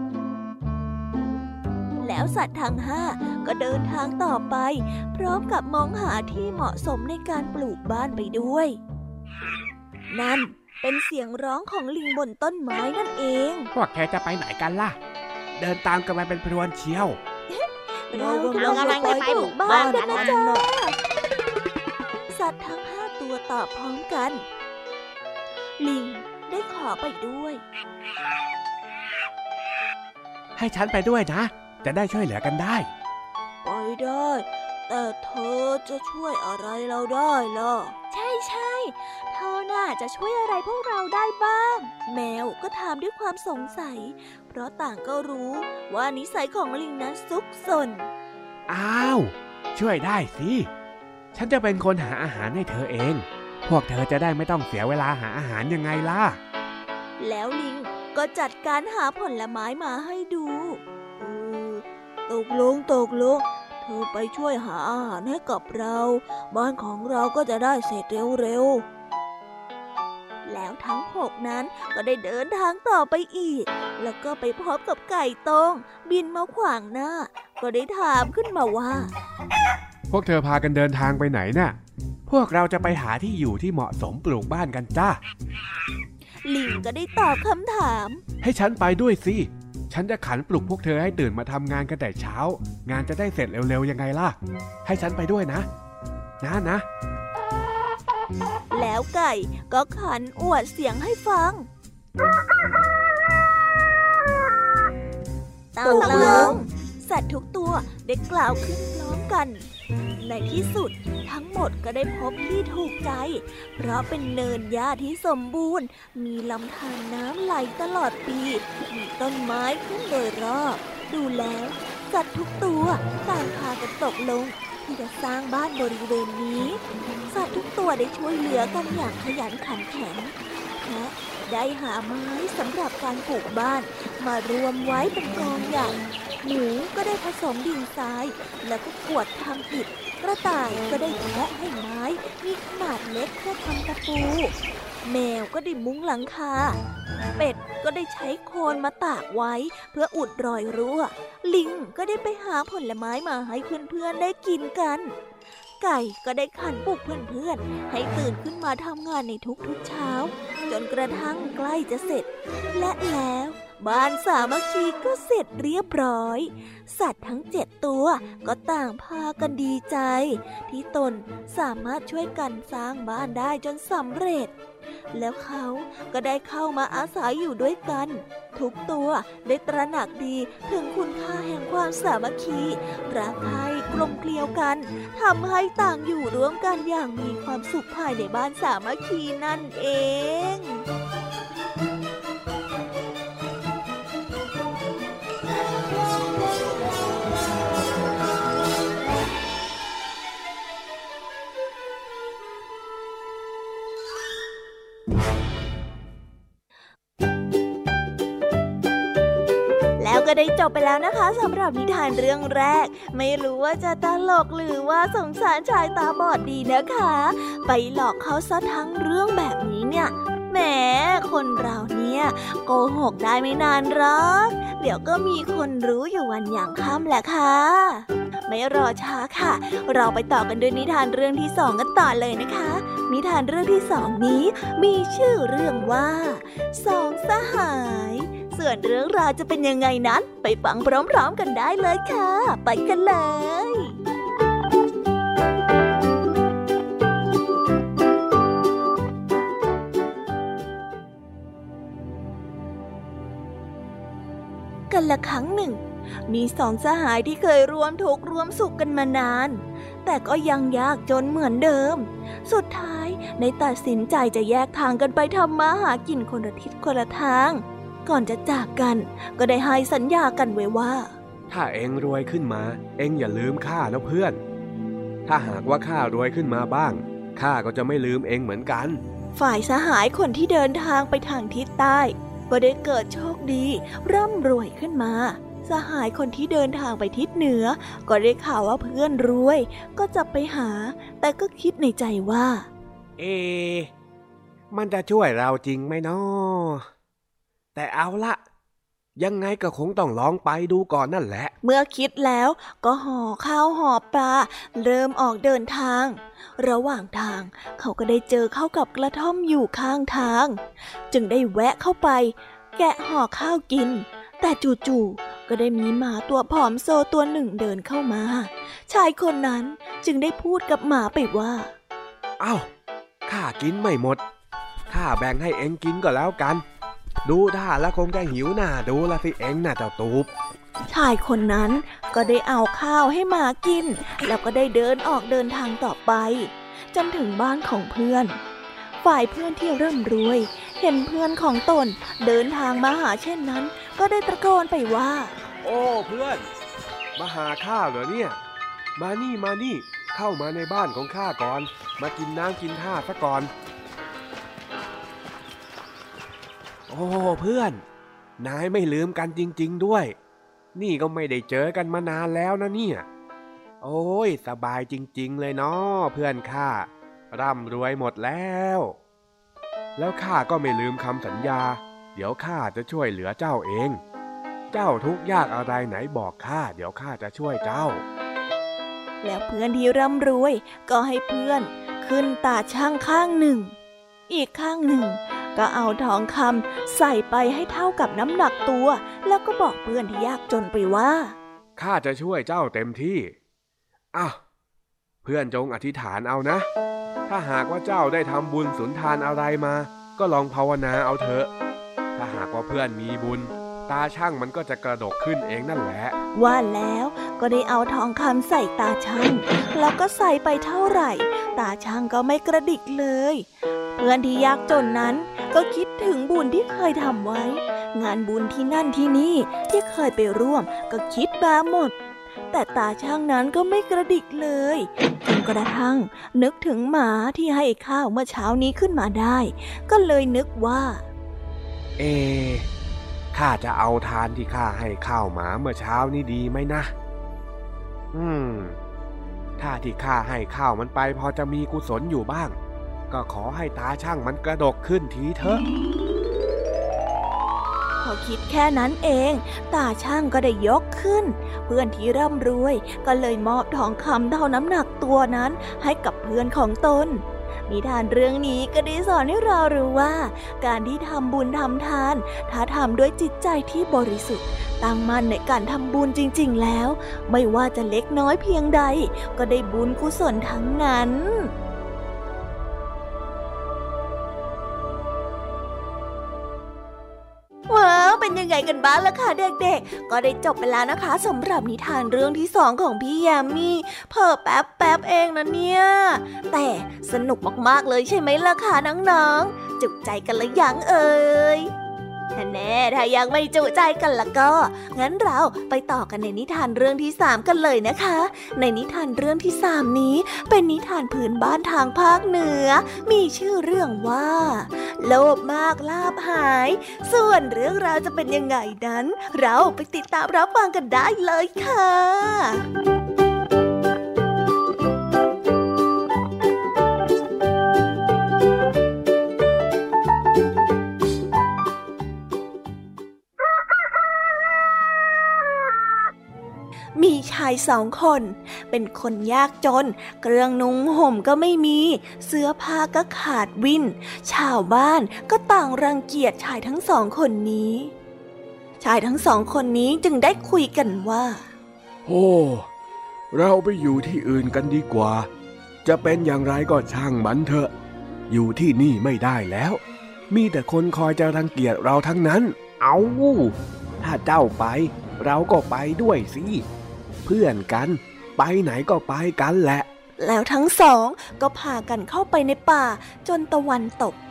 แล้วสัตว์ทั้งห้าก็เดินทางต่อไปพร้อมกับมองหาที่เหมาะสมในการปลูกบ้านไปด้วยนั่นเป็นเสียงร้องของลิงบนต้นไม้นั่นเองพวกแกจะไปไหนกันล่ะเดินตามกันมาเป็นพรวนเชียวเรากำลังจะไปปลูกบ้านกันนะจ๊ะสัตว์ทั้งห้าตัวตอบพร้อมกันลิงได้ขอไปด้วยให้ฉันไปด้วยนะจะได้ช่วยเหลือกันได้ไปได้แต่เธอจะช่วยอะไรเราได้ล่ะใช่ใช่เธอน่าจะช่วยอะไรพวกเราได้บ้างแมวก็ถามด้วยความสงสัยเพราะต่างก็รู้ว่านิสัยของลิงนั้นซุกซนอ้าวช่วยได้สิฉันจะเป็นคนหาอาหารให้เธอเองพวกเธอจะได้ไม่ต้องเสียเวลาหาอาหารยังไงล่ะแล้วลิงก็จัดการหาผลไม้มาให้ดูตกลงตกลงเธอไปช่วยหาอาหารให้กับเราบ้านของเราก็จะได้เสร็จเร็วๆแล้วทั้งหกนั้นก็ได้เดินทางต่อไปอีกแล้วก็ไปพบกับไก่ต้งบินมาขวางหน้าก็ได้ถามขึ้นมาว่าพวกเธอพากันเดินทางไปไหนน่ะพวกเราจะไปหาที่อยู่ที่เหมาะสมปลูกบ้านกันจ้าลิงก็ได้ตอบคำถามให้ฉันไปด้วยสิฉันจะขันปลุกพวกเธอให้ตื่นมาทำงานกันแต่เช้างานจะได้เสร็จเร็วๆยังไงล่ะให้ฉันไปด้วยนะนะนะแล้วไก่ก็ขันอวดเสียงให้ฟังตกลงสัตว์ทุกตัวได้กล่าวขึ้นพร้อมกันในที่สุดทั้งหมดก็ได้พบที่ถูกใจเพราะเป็นเนินหญ้าที่สมบูรณ์มีลำธารน้ำไหลตลอดปีมีต้นไม้ขึ้นโดยรอบดูแล้วสัตว์ทุกตัวต่างพากันตกลงที่จะสร้างบ้านบริเวณนี้สัตว์ทุกตัวได้ช่วยเหลือกันอย่างขยันขันแข็งและได้หาไม้สำหรับการปลูกบ้านมารวมไว้เป็นกองใหญ่หมูก็ได้ผสมดินทรายแล้วก็กวดทำอิฐกระต่ายก็ได้แทะให้ไม้มีขนาดเล็กเพื่อทำตะปูแมวก็ได้มุ้งหลังคาเป็ดก็ได้ใช้โคลนมาตากไว้เพื่ออุดรอยรั่วลิงก็ได้ไปหาผลไม้มาให้เพื่อนๆได้กินกันไก่ก็ได้ขันปลุกเพื่อนๆให้ตื่นขึ้นมาทำงานในทุกๆเช้าจนกระทั่งใกล้จะเสร็จและแล้วบ้านสามัคคีก็เสร็จเรียบร้อยสัตว์ทั้งเจ็ดตัวก็ต่างพากันดีใจที่ตนสามารถช่วยกันสร้างบ้านได้จนสำเร็จแล้วเขาก็ได้เข้ามาอาศัยอยู่ด้วยกันทุกตัวได้ตระหนักดีถึงคุณค่าแห่งความสามัคคีรักใคร่กลมเกลียวกันทำให้ต่างอยู่ร่วมกันอย่างมีความสุขภายในบ้านสามัคคีนั่นเองแล้วก็ได้จบไปแล้วนะคะสำหรับนิทานเรื่องแรกไม่รู้ว่าจะตลกหรือว่าสงสารชายตาบอดดีนะคะไปหลอกเขาซะทั้งเรื่องแบบนี้เนี่ยแหมคนเราเนี่ยโกหกได้ไม่นานหรอกเดี๋ยวก็มีคนรู้อยู่วันอย่างค่ำแหละค่ะไม่รอช้าค่ะเราไปต่อกันด้วยนิทานเรื่องที่สองกันต่อเลยนะคะนิทานเรื่องที่สองนี้มีชื่อเรื่องว่าสองสหายส่วนเรื่องราวจะเป็นยังไงนั้นไปฟังพร้อมๆกันได้เลยค่ะไปกันเลยกันละครั้งหนึ่งมีสองสหายที่เคยร่วมทุกข์ร่วมสุขกันมานานแต่ก็ยังยากจนเหมือนเดิมสุดท้ายในตัดสินใจจะแยกทางกันไปทำมาหากินคนละทิศคนละทางก่อนจะจากกันก็ได้ให้สัญญากันไว้ว่าถ้าเอ็งรวยขึ้นมาเอ็งอย่าลืมข้านะเพื่อนถ้าหากว่าข้ารวยขึ้นมาบ้างข้าก็จะไม่ลืมเอ็งเหมือนกันฝ่ายสหายคนที่เดินทางไปทางทิศใต้ก็ได้เกิดโชคดีร่ำรวยขึ้นมาสหายคนที่เดินทางไปทิศเหนือก็ได้ข่าวว่าเพื่อนรวยก็จะไปหาแต่ก็คิดในใจว่าเอ๊ะมันจะช่วยเราจริงไหมน้อแต่เอาละยังไงก็คงต้องลองไปดูก่อนนั่นแหละเมื่อคิดแล้วก็ห่อข้าวห่อปลาเริ่มออกเดินทางระหว่างทางเขาก็ได้เจอเข้ากับกระท่อมอยู่ข้างทางจึงได้แวะเข้าไปแกะห่อข้าวกินแต่จู่ๆก็ได้มีหมาตัวผอมโซตัวหนึ่งเดินเข้ามาชายคนนั้นจึงได้พูดกับหมาไปว่าเอ้าข้ากินไม่หมดข้าแบ่งให้เอ็งกินก็แล้วกันดูท่าแล้วคงจะหิวหน้าดูละสิเอ็งน่ะเจ้าตูบชายคนนั้นก็ได้เอาข้าวให้หมากินแล้วก็ได้เดินออกเดินทางต่อไปจนถึงบ้านของเพื่อนฝ่ายเพื่อนที่เริ่มรวยเห็นเพื่อนของตนเดินทางมาหาเช่นนั้นก็ได้ตะโกนไปว่าโอ้เพื่อนมาหาข้าเหรอเนี่ยมานี่มานี่เข้ามาในบ้านของข้าก่อนมากินน้ำกินท่าซะก่อนโอ้เพื่อนนายไม่ลืมกันจริงๆด้วยนี่ก็ไม่ได้เจอกันมานานแล้วนะเนี่ยโอ้ยสบายจริงๆเลยเนาะเพื่อนข้าร่ำรวยหมดแล้วแล้วข้าก็ไม่ลืมคำสัญญาเดี๋ยวข้าจะช่วยเหลือเจ้าเองเจ้าทุกข์ยากอะไรไหนบอกข้าเดี๋ยวข้าจะช่วยเจ้าแล้วเพื่อนที่ร่ำรวยก็ให้เพื่อนขึ้นตาช่างข้างหนึ่งอีกข้างหนึ่งก็เอาทองคำใส่ไปให้เท่ากับน้ำหนักตัวแล้วก็บอกเพื่อนที่ยากจนไปว่าข้าจะช่วยเจ้าเต็มที่อ้าวเพื่อนจงอธิษฐานเอานะถ้าหากว่าเจ้าได้ทำบุญสุนทานอะไรมาก็ลองภาวนาเอาเถอะถ้าหากว่าเพื่อนมีบุญตาช่างมันก็จะกระดกขึ้นเองนั่นแหละว่าแล้วก็ได้เอาทองคำใส่ตาช่างแล้วก็ใส่ไปเท่าไหร่ตาช่างก็ไม่กระดิกเลยเพื่อนที่ยากจนนั้นก็คิดถึงบุญที่เคยทำไว้งานบุญที่นั่นที่นี่ที่เคยไปร่วมก็คิดมาหมดแต่ตาช่างนั้นก็ไม่กระดิกเลยจนกระทั่งนึกถึงหมาที่ให้ข้าวเมื่อเช้านี้ขึ้นมาได้ก็เลยนึกว่าเอข้าจะเอาทานที่ข้าให้ข้าวหมาเมื่อเช้านี้ดีไหมนะอืมถ้าที่ข้าให้ข้าวมันไปพอจะมีกุศลอยู่บ้างก็ขอให้ตาช่างมันกระดกขึ้นทีเถอะพอคิดแค่นั้นเองตาช่างก็ได้ยกขึ้นเพื่อนที่ร่ำรวยก็เลยมอบทองคำเท่าน้ำหนักตัวนั้นให้กับเพื่อนของตนนิทานเรื่องนี้ก็ได้สอนให้เรารู้ว่าการที่ทำบุญทำทานถ้าทำด้วยจิตใจที่บริสุทธิ์ตั้งมั่นในการทำบุญจริงๆแล้วไม่ว่าจะเล็กน้อยเพียงใดก็ได้บุญกุศลทั้งนั้นว้าวเป็นยังไงกันบ้างล่ะคะเด็กๆก็ได้จบไปแล้วนะคะสำหรับนิทานเรื่องที่สองของพี่ยามีเพิ่มแป๊บแป๊บเองนะเนี่ยแต่สนุกมากๆเลยใช่ไหมล่ะคะน้องๆจุใจกันหรือยังเอ่ยแน่ถ้ายังไม่จุใจกันละก็งั้นเราไปต่อกันในนิทานเรื่องที่สามกันเลยนะคะในนิทานเรื่องที่สามนี้เป็นนิทานพื้นบ้านทางภาคเหนือมีชื่อเรื่องว่าโลภมากลาภหายส่วนเรื่องราวจะเป็นยังไงนั้นเราไปติดตามรับฟังกันได้เลยค่ะมีชายสองคนเป็นคนยากจนเครื่องนุ่งห่มก็ไม่มีเสื้อผ้าก็ขาดวิ่นชาวบ้านก็ต่างรังเกียจชายทั้งสองคนนี้ชายทั้งสองคนนี้จึงได้คุยกันว่าโอ้เราไปอยู่ที่อื่นกันดีกว่าจะเป็นอย่างไรก็ช่างมันเถอะอยู่ที่นี่ไม่ได้แล้วมีแต่คนคอยจะรังเกียจเราทั้งนั้นเอาถ้าเจ้าไปเราก็ไปด้วยสิเพื่อนกันไปไหนก็ไปกันแหละแล้วทั้งสองก็พากันเข้าไปในป่าจนตะวันตก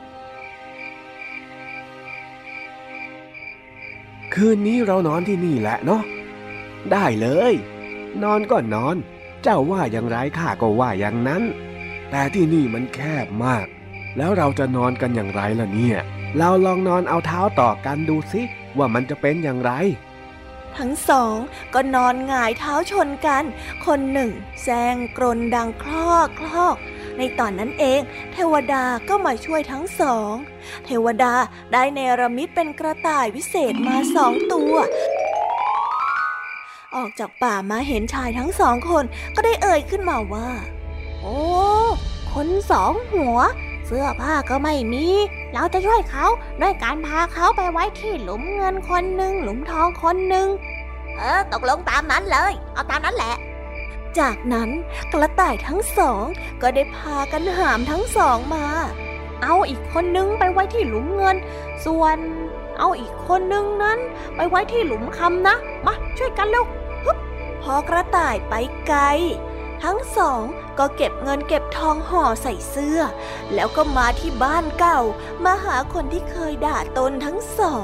คืนนี้เรานอนที่นี่แหละเนาะได้เลยนอนก็นอนเจ้าว่าอย่างไรข้าก็ว่าอย่างนั้นแต่ที่นี่มันแคบมากแล้วเราจะนอนกันอย่างไรล่ะเนี่ยเราลองนอนเอาเท้าต่อกันดูสิว่ามันจะเป็นอย่างไรทั้งสองก็นอนหงายเท้าชนกันคนหนึ่งแซงกรนดังคลอกคลอกในตอนนั้นเองเทวดาก็มาช่วยทั้งสองเทวดาได้เนรมิตเป็นกระต่ายวิเศษมาสองตัวออกจากป่ามาเห็นชายทั้งสองคนก็ได้เอ่ยขึ้นมาว่าโอ้คนสองหัวเสื้อผ้าก็ไม่มีเราจะช่วยเขาด้วยการพาเขาไปไว้ที่หลุมเงินคนหนึ่งหลุมทองคนหนึ่งเออตกลงตามนั้นเลยเอาตามนั้นแหละจากนั้นกระต่ายทั้งสองก็ได้พากันหามทั้งสองมาเอาอีกคนนึงไปไว้ที่หลุมเงินส่วนเอาอีกคนนึงนั้นไปไว้ที่หลุมคำนะมาช่วยกันเร็วพอกระต่ายไปไกลทั้งสองก็เก็บเงินเก็บทองห่อใส่เสื้อแล้วก็มาที่บ้านเก่ามาหาคนที่เคยด่าตนทั้งสอง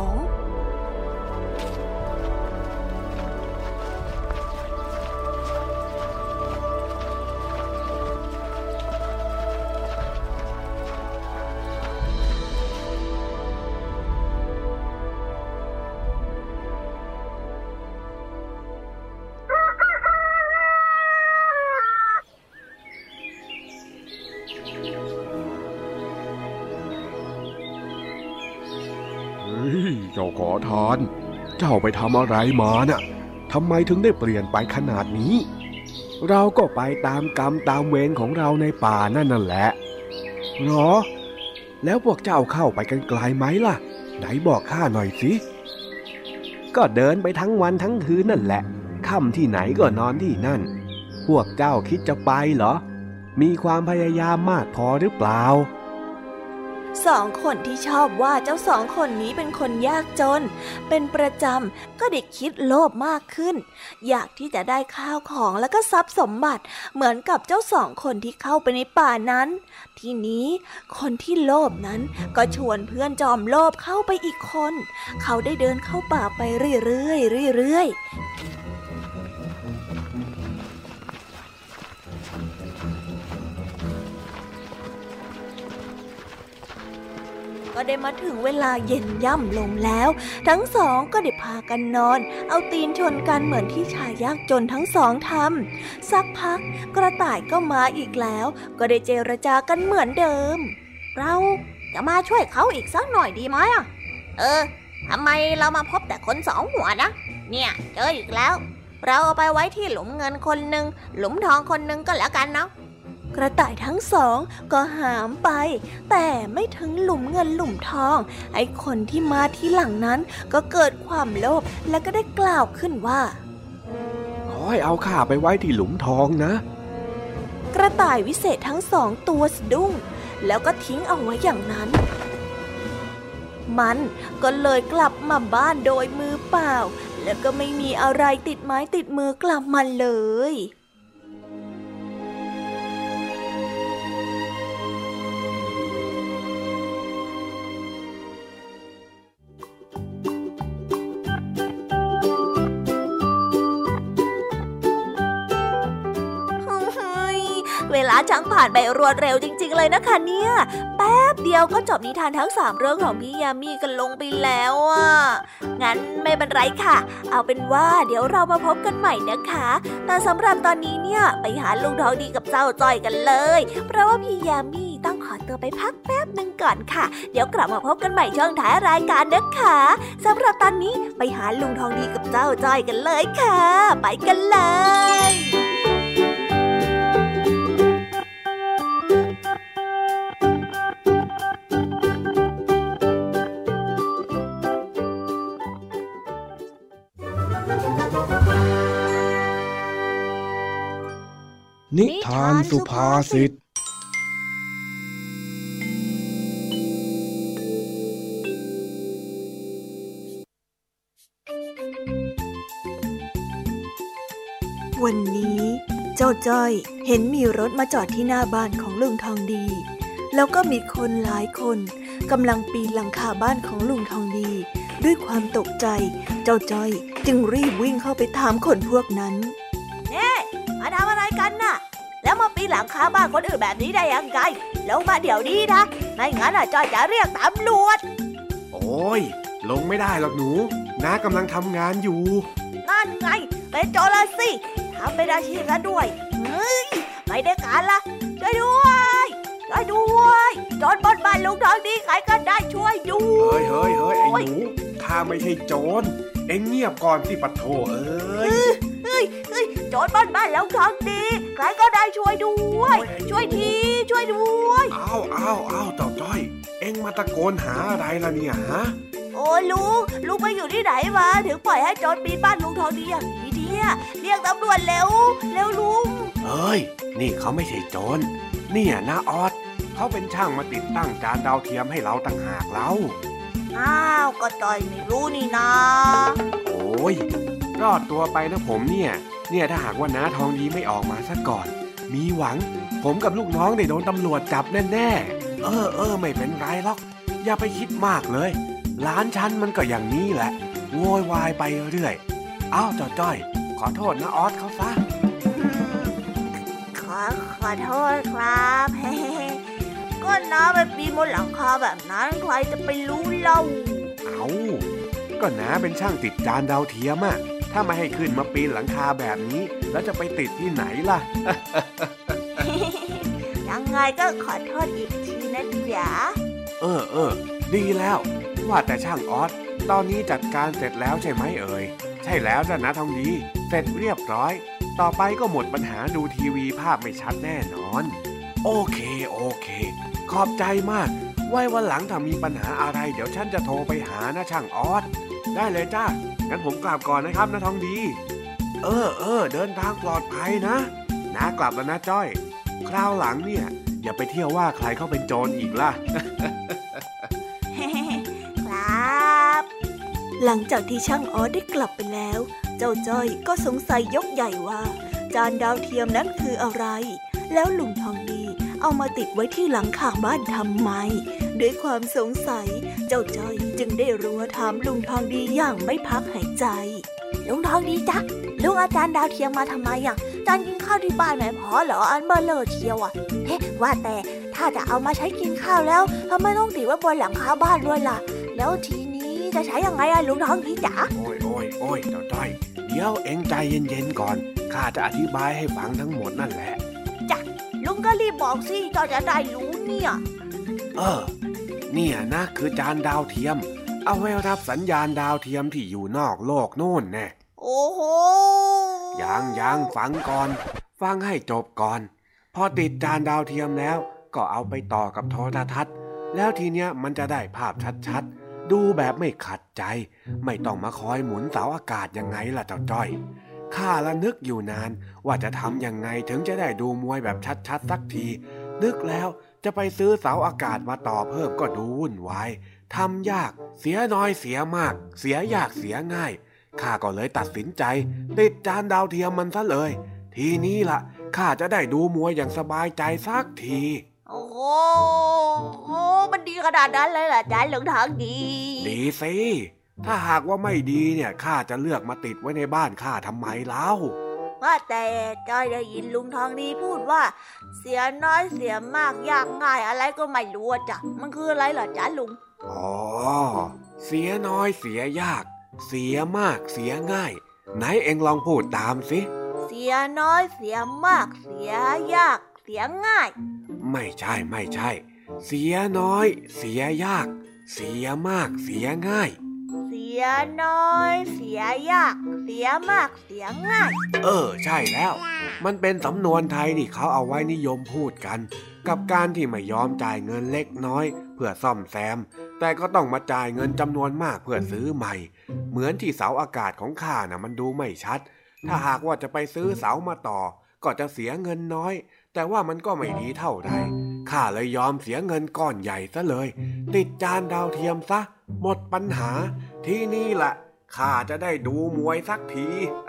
เจ้าขอทานเจ้าไปทำอะไรมาน่ะทำไมถึงได้เปลี่ยนไปขนาดนี้เราก็ไปตามกรรมตามเวรของเราในป่านั่นนั่นแหละหรอแล้วพวกเจ้าเข้าไปกันไกลไหมล่ะไหนบอกข้าหน่อยสิก็เดินไปทั้งวันทั้งคืนนั่นแหละค่ำที่ไหนก็นอนที่นั่นพวกเจ้าคิดจะไปเหรอมีความพยายามมากพอหรือเปล่าสองคนที่ชอบว่าเจ้าสองคนนี้เป็นคนยากจนเป็นประจำก็ได้คิดโลภมากขึ้นอยากที่จะได้ข้าวของแล้วก็ทรัพย์สมบัติเหมือนกับเจ้าสองคนที่เข้าไปในป่านั้นทีนี้คนที่โลภนั้นก็ชวนเพื่อนจอมโลภเข้าไปอีกคนเขาได้เดินเข้าป่าไปเรื่อยๆเรื่อยๆก็ได้มาถึงเวลาเย็นย่ำลงแล้วทั้งสองก็ได้พากันนอนเอาตีนชนกันเหมือนที่ชายยากจนทั้งสองทำสักพักกระต่ายก็มาอีกแล้วก็ได้เจรจากันเหมือนเดิมเราจะมาช่วยเขาอีกสักหน่อยดีไหมอ่ะเออทำไมเรามาพบแต่คนสองหัวนะเนี่ยเจออีกแล้วเราเอาไปไว้ที่หลุมเงินคนหนึ่งหลุมทองคนหนึ่งก็แล้วกันเนาะกระต่ายทั้งสองก็หามไปแต่ไม่ถึงหลุมเงินหลุมทองไอ้คนที่มาที่หลังนั้นก็เกิดความโลภและก็ได้กล่าวขึ้นว่าขอให้เอาข้าไปไว้ที่หลุมทองนะกระต่ายวิเศษทั้งสองตัวสะดุ้งแล้วก็ทิ้งเอาไว้อย่างนั้นมันก็เลยกลับมาบ้านโดยมือเปล่าแล้วก็ไม่มีอะไรติดไม้ติดมือกลับมาเลยเวลาช่างผ่านไปรวดเร็วจริงๆเลยนะคะเนี่ยแป๊บเดียวก็จบนิทานทั้งสามเรื่องของพี่ยามีกันลงไปแล้วอ่ะงั้นไม่เป็นไรค่ะเอาเป็นว่าเดี๋ยวเรามาพบกันใหม่นะคะแต่สำหรับตอนนี้เนี่ยไปหาลุงทองดีกับเจ้าจ้อยกันเลยเพราะว่าพี่ยามีต้องขอตัวไปพักแป๊บนึงก่อนค่ะเดี๋ยวกลับมาพบกันใหม่ช่วงท้ายรายการนะคะสำหรับตอนนี้ไปหาลุงทองดีกับเจ้าจ้อยกันเลยค่ะไปกันเลยนิทานสุภาษิตวันนี้เจ้าจ้อยเห็นมีรถมาจอดที่หน้าบ้านของลุงทองดีแล้วก็มีคนหลายคนกำลังปีนหลังคาบ้านของลุงทองดีด้วยความตกใจเจ้าจ้อยจึงรีบวิ่งเข้าไปถามคนพวกนั้นเน่มาทำอะไรกันน่ะแล้วมาปีนหลังคาบ้านคนอื่นแบบนี้ได้ยังไงลงมาเดี๋ยวนี้นะไม่งั้นน่ะจ้อยจะเรียกตำรวจโอ้ยลงไม่ได้หรอกหนูน้ากำลังทำงานอยู่นั่นไงเป็นโจรสิทำเป็นอาชีพซะด้วยเฮ้ยไม่ได้การละช่วยด้วยช่วยด้วยโจรปล้นบ้านลุงทองดีใครก็ได้ช่วยด้วยเฮ้ยเฮ้ยเฮ้ยไอ้หนูข้าไม่ใช่โจรเอ็งเงียบก่อนสิปะโถเอ้ยเฮ้ยเฮ้ยโจรปล้นบ้านลุงทองดีใครก็ได้ช่วยด้วยช่วยทีช่วยด้วยอ้าวอ้าวอ้าวเจ้าจ้อยเอ็งมาตะโกนหาอะไรล่ะเนี่ยฮะโอ้ลุงลุงไปอยู่ที่ไหนมาถึงปล่อยให้โจรปีนบ้านลุงทองดีอย่างนี้เนี่ยเรียกตำรวจเร็วเร็วลุงเอ้ยนี่เขาไม่ใช่โจรเนี่ยนะออดเขาเป็นช่างมาติดตั้งจานดาวเทียมให้เราต่างหากเราอ้าวก็จอยไม่รู้นี่นะโอ้ยรอดตัวไปนะผมเนี่ยเนี่ยถ้าหากว่าน้าทองดีไม่ออกมาซะก่อนมีหวังผมกับลูกน้องได้โดนตำรวจจับแน่ๆเออเออไม่เป็นไรหรอกอย่าไปคิดมากเลยร้านฉันมันก็อย่างนี้แหละโวยวายไปเรื่อยอ้าวเจ้าจ้อยขอโทษนะออสเขาซะขอขอโทษครับก็น้าไปปีนบนหลังคาแบบนั้นใครจะไปรู้เล่าเอาก็น้าเป็นช่างติดจานดาวเทียมอะถ้าไม่ให้ขึ้นมาปีนหลังคาแบบนี้แล้วจะไปติดที่ไหนล่ะยังไงก็ขอโทษอีกทีนะจ๊ะเออเออดีแล้วว่าแต่ช่างออสตอนนี้จัดการเสร็จแล้วใช่ไหมเอ่ยใช่แล้วจ้ะนะทองดีเสร็จเรียบร้อยต่อไปก็หมดปัญหาดูทีวีภาพไม่ชัดแน่นอนโอเคโอเคขอบใจมากไว้วันหลังถ้ามีปัญหาอะไรเดี๋ยวฉันจะโทรไปหานะช่างออสได้เลยจ้างั้นผมกลับก่อนนะครับนะทองดีเออเออเดินทางปลอดภัยนะนะกลับแล้วนะจ้อยคราวหลังเนี่ยอย่าไปเที่ยวว่าใครเขาเป็นโจรอีกล่ะครับ หลังจากที่ช่างออสได้กลับไปแล้วเจ้าจ้อยก็สงสัยยกใหญ่ว่าจานดาวเทียมนั้นคืออะไรแล้วลุงทองดีเอามาติดไว้ที่หลังคาบ้านทำไมด้วยความสงสัยเจ้าจ้อยจึงได้รัวถามลุงทองดีอย่างไม่พักหายใจลุงทองดีจ๊ะลุงเอาจานดาวเทียมมาทำไมอ่ะจานกินข้าวที่บ้านไม่พอเหรออันเบอร์เลอร์เชียวอ่ะเฮ้ว่าแต่ถ้าจะเอามาใช้กินข้าวแล้วทำไมต้องติดไว้บนหลังคาบ้านด้วยล่ะแล้วทีนี้จะใช้ยังไงอ่ะลุงทองดีจ๊ะโอ้ยโอ้ยโอ้ยเจ้าจ้อยเดี๋ยวเอ็งใจเย็นๆก่อนข้าจะอธิบายให้ฟังทั้งหมดนั่นแหละจ้ะลุงก็รีบบอกสิจอยจะได้รู้เนี่ยเออเนี่ยนะคือจานดาวเทียมเอาไว้รับสัญญาณดาวเทียมที่อยู่นอกโลกโน่นแน่โอ้โหยังยังฟังก่อนฟังให้จบก่อนพอติดจานดาวเทียมแล้วก็เอาไปต่อกับโทรทัศน์แล้วทีเนี้ยมันจะได้ภาพชัดๆดูแบบไม่ขัดใจไม่ต้องมาคอยหมุนเสาอากาศยังไงล่ะเจ้าจ้อยข้าละนึกอยู่นานว่าจะทำยังไงถึงจะได้ดูมวยแบบชัดๆสักทีนึกแล้วจะไปซื้อเสาอากาศมาต่อเพิ่มก็ดูวุ่นวายทำยากเสียน้อยเสียมากเสียยากเสียง่ายข้าก็เลยตัดสินใจติดจานดาวเทียมมันซะเลยทีนี้ล่ะข้าจะได้ดูมวยอย่างสบายใจสักทีโอ้โหโอ้มันดีขนาดนั้นเลยเหรอจ๊ะลุงทองดีดีสิถ้าหากว่าไม่ดีเนี่ยข้าจะเลือกมาติดไว้ในบ้านข้าทำไมเล่าว่าแต่จ้อยได้ยินลุงทองดีพูดว่าเสียน้อยเสียมากยากง่ายอะไรก็ไม่รู้จ้ะมันคืออะไรเหรอจ๊ะลุงอ๋อเสียน้อยเสียยากเสียมากเสียง่ายไหนเอ็งลองพูดตามสิเสียน้อยเสียมากเสียยากเสียง่ายไม่ใช่ไม่ใช่เสียน้อยเสียยากเสียมากเสียง่ายเสียน้อยเสียยากเสียมากเสียง่ายเออใช่แล้วมันเป็นสำนวนไทยที่เขาเอาไว้นิยมพูดกันกับการที่ไม่ยอมจ่ายเงินเล็กน้อยเพื่อซ่อมแซมแต่ก็ต้องมาจ่ายเงินจำนวนมากเพื่อซื้อใหม่เหมือนที่เสาอากาศของข้าน่ะมันดูไม่ชัดถ้าหากว่าจะไปซื้อเสามาต่อก็จะเสียเงินน้อยแต่ว่ามันก็ไม่ดีเท่าใดข้าเลยยอมเสียเงินก้อนใหญ่ซะเลยติดจานดาวเทียมซะหมดปัญหาที่นี่แหละข้าจะได้ดูมวยสักที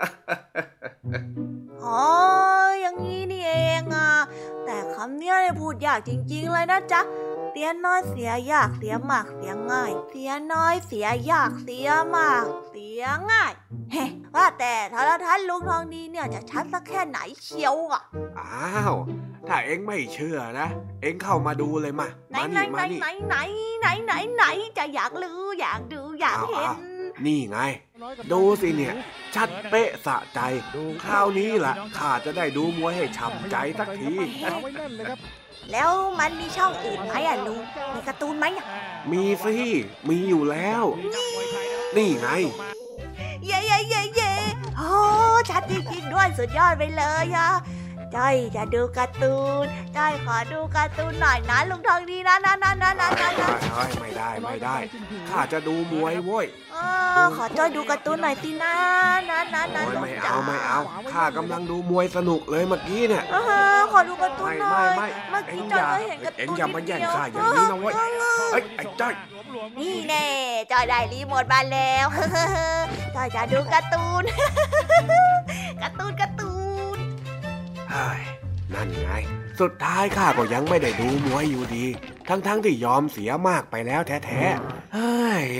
อ๋ออย่างนี้นี่เองอ่ะแต่คำเนี้ยพูดยากจริงๆเลยนะจ๊ะเสียน้อยเสียยากเสียมากเสียง่ายเสียน้อยเสียยากเสียมากเสียง่ายเฮ้ว่าแต่โทรทัศน์ลุงทองดีเนี่ยจะชัดสักแค่ไหนเชียวอ่ะอ้าวถ้าเอ็งไม่เชื่อนะเอ็งเข้ามาดูเลยมาไหนไหนไหนไหนไหนไหนไหนไหนจะอยากรู้อยากดูอยากเห็นนี่ไงดูสิเนี่ยชัดเป๊ะสะใจคราวนี้ล่ะข้าจะได้ดูมวยให้ฉ่ำใจสักทีแล้วมันมีช่องอื่นไหมอ่ะลุงมีการ์ตูนไหมอ่ะมีสิมีอยู่แล้วนี่ไงเย่เย่เย่เย่โอ้ชัดจริงๆด้วยสุดยอดไปเลยอ่ะจ้อยจะดูการ์ตูนจ้อยขอดูการ์ตูนหน่อยนะลุงทองดีนะนะนะนะนะนะนะไม่ได้ไม่ได้ข้าจะดูมวยโว้ยขอจ้อยดูการ์ตูนหน่อยสินะนะนะนะไม่เอาไม่เอาข้ากำลังดูมวยสนุกเลยเมื่อกี้เนี่ยขอดูการ์ตูนหน่อยไม่ไม่ไม่เอ็งอย่าเอ็งอย่ามาแย่งข้าอย่างนี้นะเว้ยเอ้ยไอ้จ้อยนี่แน่จ้อยได้รีโมทมาแล้วจ้อยจะดูการ์ตูนการ์ตูนการ์ตูนนั่นไงสุดท้ายข้าก็ยังไม่ได้ดูมวยอยู่ดีทั้งๆที่ยอมเสียมากไปแล้วแท้ๆเฮ้ย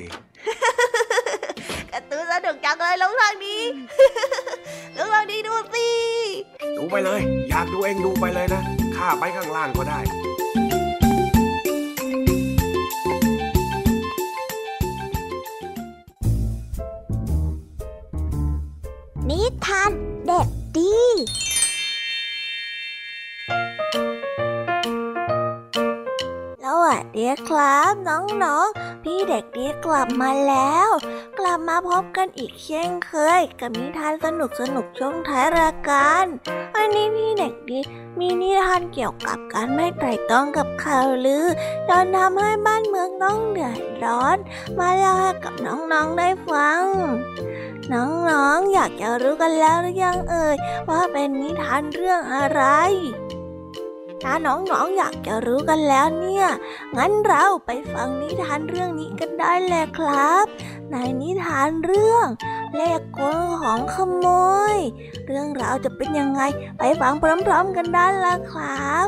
การ์ตูนสนุกจังเลยลุงทางนี้ลุงทางนี้ดูสิดูไปเลยอยากดูเองดูไปเลยนะข้าไปข้างล่างก็ได้นิทานเด็กดีสวัสดีดีครับน้องๆพี่เด็กดีกลับมาแล้วกลับมาพบกันอีกเช่นเคยกับนิทานสนุกสนุกช่วงท้ายรายการวันนี้พี่เด็กดีมีนิทานเกี่ยวกับการไม่ไตร่ตรองกับข่าวลือจนทำให้บ้านเมืองต้องเดือดร้อนมาเล่าให้กับน้องๆได้ฟังน้องๆอยากจะรู้กันแล้วหรือยังเอ่ยว่าเป็นนิทานเรื่องอะไรถ้าน้องๆ อ, อยากจะรู้กันแล้วเนี่ยงั้นเราไปฟังนิทานเรื่องนี้กันได้เลยครับในนิทานเรื่องเลขกลของขโมยเรื่องราวจะเป็นยังไงไปฟังพร้อมๆกันได้เลยครับ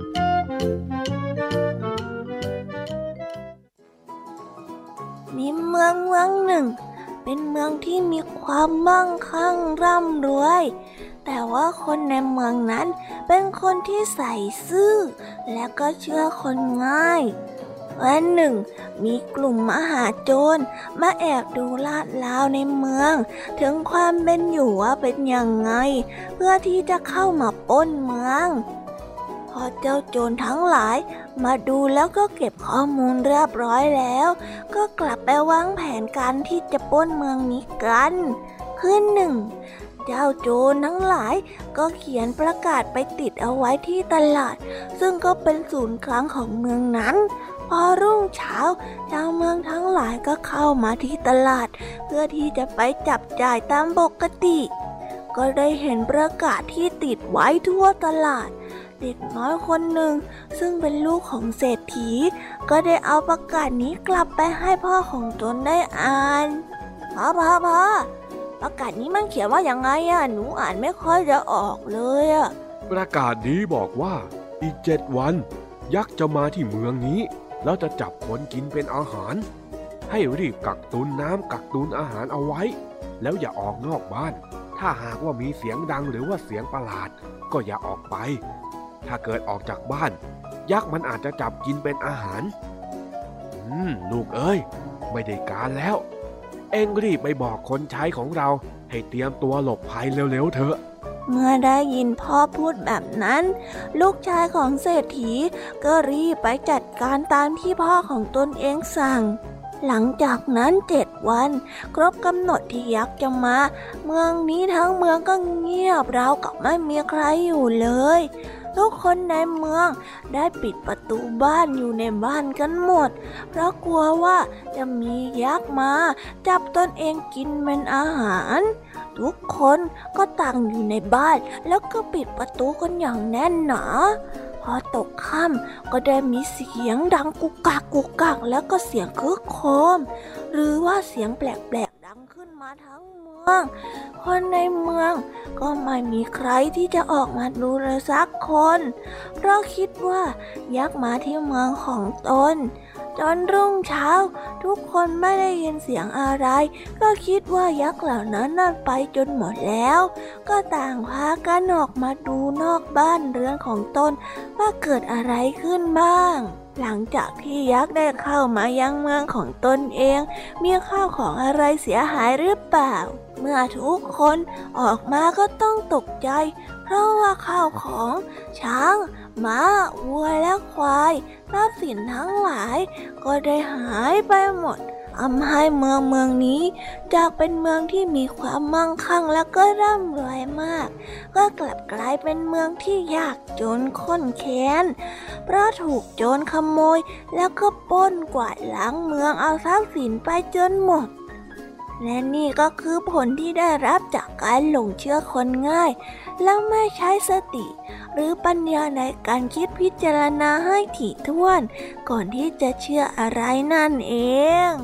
มีเมืองเมืองหนึ่งเป็นเมืองที่มีความมั่งคั่งร่ำรวยแต่ว่าคนในเมืองนั้นเป็นคนที่ใส่ซื่อและก็เชื่อคนง่ายวันหนึ่งมีกลุ่มมหาโจรมาแอบดูลาดลาวในเมืองถึงความเป็นอยู่ว่าเป็นยังไงเพื่อที่จะเข้ามาปล้นเมืองพอเจ้าโจรทั้งหลายมาดูแล้วก็เก็บข้อมูลเรียบร้อยแล้วก็กลับไปวางแผนการที่จะปล้นเมืองนี้กันคืนหนึ่งเจ้าโจรทั้งหลายก็เขียนประกาศไปติดเอาไว้ที่ตลาดซึ่งก็เป็นศูนย์กลางของเมืองนั้นพอรุ่งเช้าชาวเมืองทั้งหลายก็เข้ามาที่ตลาดเพื่อที่จะไปจับจ่ายตามปกติก็ได้เห็นประกาศที่ติดไว้ทั่วตลาดเด็กน้อยคนหนึ่งซึ่งเป็นลูกของเศรษฐีก็ได้เอาประกาศนี้กลับไปให้พ่อของตนได้อ่านพ่อพ่อพ่อประกาศนี้มันเขียนว่ายังไงอ่ะหนูอ่านไม่ค่อยจะออกเลยอ่ะประกาศนี้บอกว่าอีกเจ็ดวันยักษ์จะมาที่เมืองนี้แล้วจะจับคนกินเป็นอาหารให้รีบกักตุนน้ำกักตุนอาหารเอาไว้แล้วอย่าออกนอกบ้านถ้าหากว่ามีเสียงดังหรือว่าเสียงประหลาดก็อย่าออกไปถ้าเกิดออกจากบ้านยักษ์มันอาจจะจับกินเป็นอาหารอืมลูกเอ้ยไม่ได้การแล้วเอ็งรีบไปบอกคนใช้ของเราให้เตรียมตัวหลบภัยเร็วๆเถอะเมื่อได้ยินพ่อพูดแบบนั้นลูกชายของเศรษฐีก็รีบไปจัดการตามที่พ่อของตนเองสั่งหลังจากนั้นเจ็ดวันครบกำหนดที่ยักษ์จะมาเมืองนี้ทั้งเมืองก็เงียบราวกับไม่มีใครอยู่เลยทุกคนในเมืองได้ปิดประตูบ้านอยู่ในบ้านกันหมดเพราะกลัวว่าจะมียักษ์มาจับตนเองกินเป็นอาหารทุกคนก็ต่างอยู่ในบ้านแล้วก็ปิดประตูกันอย่างแน่นหนาพอตกค่ำก็ได้มีเสียงดังกุกกักกุกกักแล้วก็เสียงคึกโครมหรือว่าเสียงแปลกๆดังขึ้นมาทั้งเมืองคนในเมืองก็ไม่มีใครที่จะออกมาดูเลยสักคนเพราะคิดว่ายักษ์มาที่เมืองของตนจนรุ่งเช้าทุกคนไม่ได้ยินเสียงอะไรก็คิดว่ายักษ์เหล่านั้นนั่นไปจนหมดแล้วก็ต่างพากันออกมาดูนอกบ้านเรือนของตนว่าเกิดอะไรขึ้นบ้างหลังจากที่ยักษ์ได้เข้ามายังเมืองของตนเองมีข้าวของอะไรเสียหายหรือเปล่าเมื่อทุกคนออกมาก็ต้องตกใจเพราะว่าข้าวของช้างม้าวัวและควายทรัพย์สินทั้งหลายก็ได้หายไปหมดทำให้เมืองเมืองนี้จากเป็นเมืองที่มีความมั่งคั่งและก็ร่ำรวยมากก็กลับกลายเป็นเมืองที่ยากจนข้นแค้นเพราะถูกโจรขโมยแล้วก็ปล้นกวาดล้างเมืองเอาทรัพย์สินไปจนหมดและนี่ก็คือผลที่ได้รับจากการหลงเชื่อคนง่ายแล้วไม่ใช้สติหรือปัญญาในการคิดพิจารณาให้ถี่ถ้วนก่อนที่จะเชื่ออะไรนั่นเอง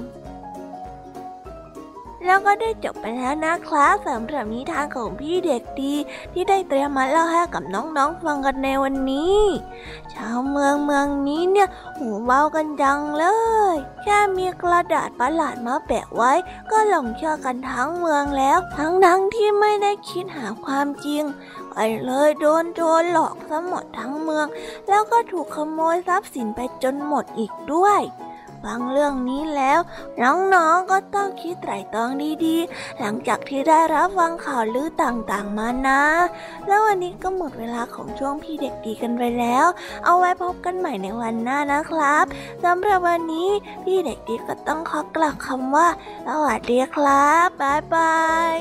แล้วก็ได้จบไปแล้วนะครับสำหรับนิทานของพี่เด็กดีที่ได้เตรียมมาเล่าให้กับน้องๆฟังกันในวันนี้ชาวเมืองเมืองนี้เนี่ยหูเบากันจังเลยแค่มีกระดาษประหลาดมาแปะไว้ก็หลงเชื่อกันทั้งเมืองแล้วทั้งๆที่ไม่ได้คิดหาความจริงไปเลยโดนโจรหลอกซะหมดทั้งเมืองแล้วก็ถูกขโมยทรัพย์สินไปจนหมดอีกด้วยฟังเรื่องนี้แล้วน้องๆก็ต้องคิดไตร่ตรองดีๆหลังจากที่ได้รับฟังข่าวลือต่างๆมานะแล้ววันนี้ก็หมดเวลาของช่วงพี่เด็กดีกันไปแล้วเอาไว้พบกันใหม่ในวันหน้านะครับสำหรับวันนี้พี่เด็กดีก็ต้องขอกล่าวคำว่าสวัสดีครับบ๊ายบาย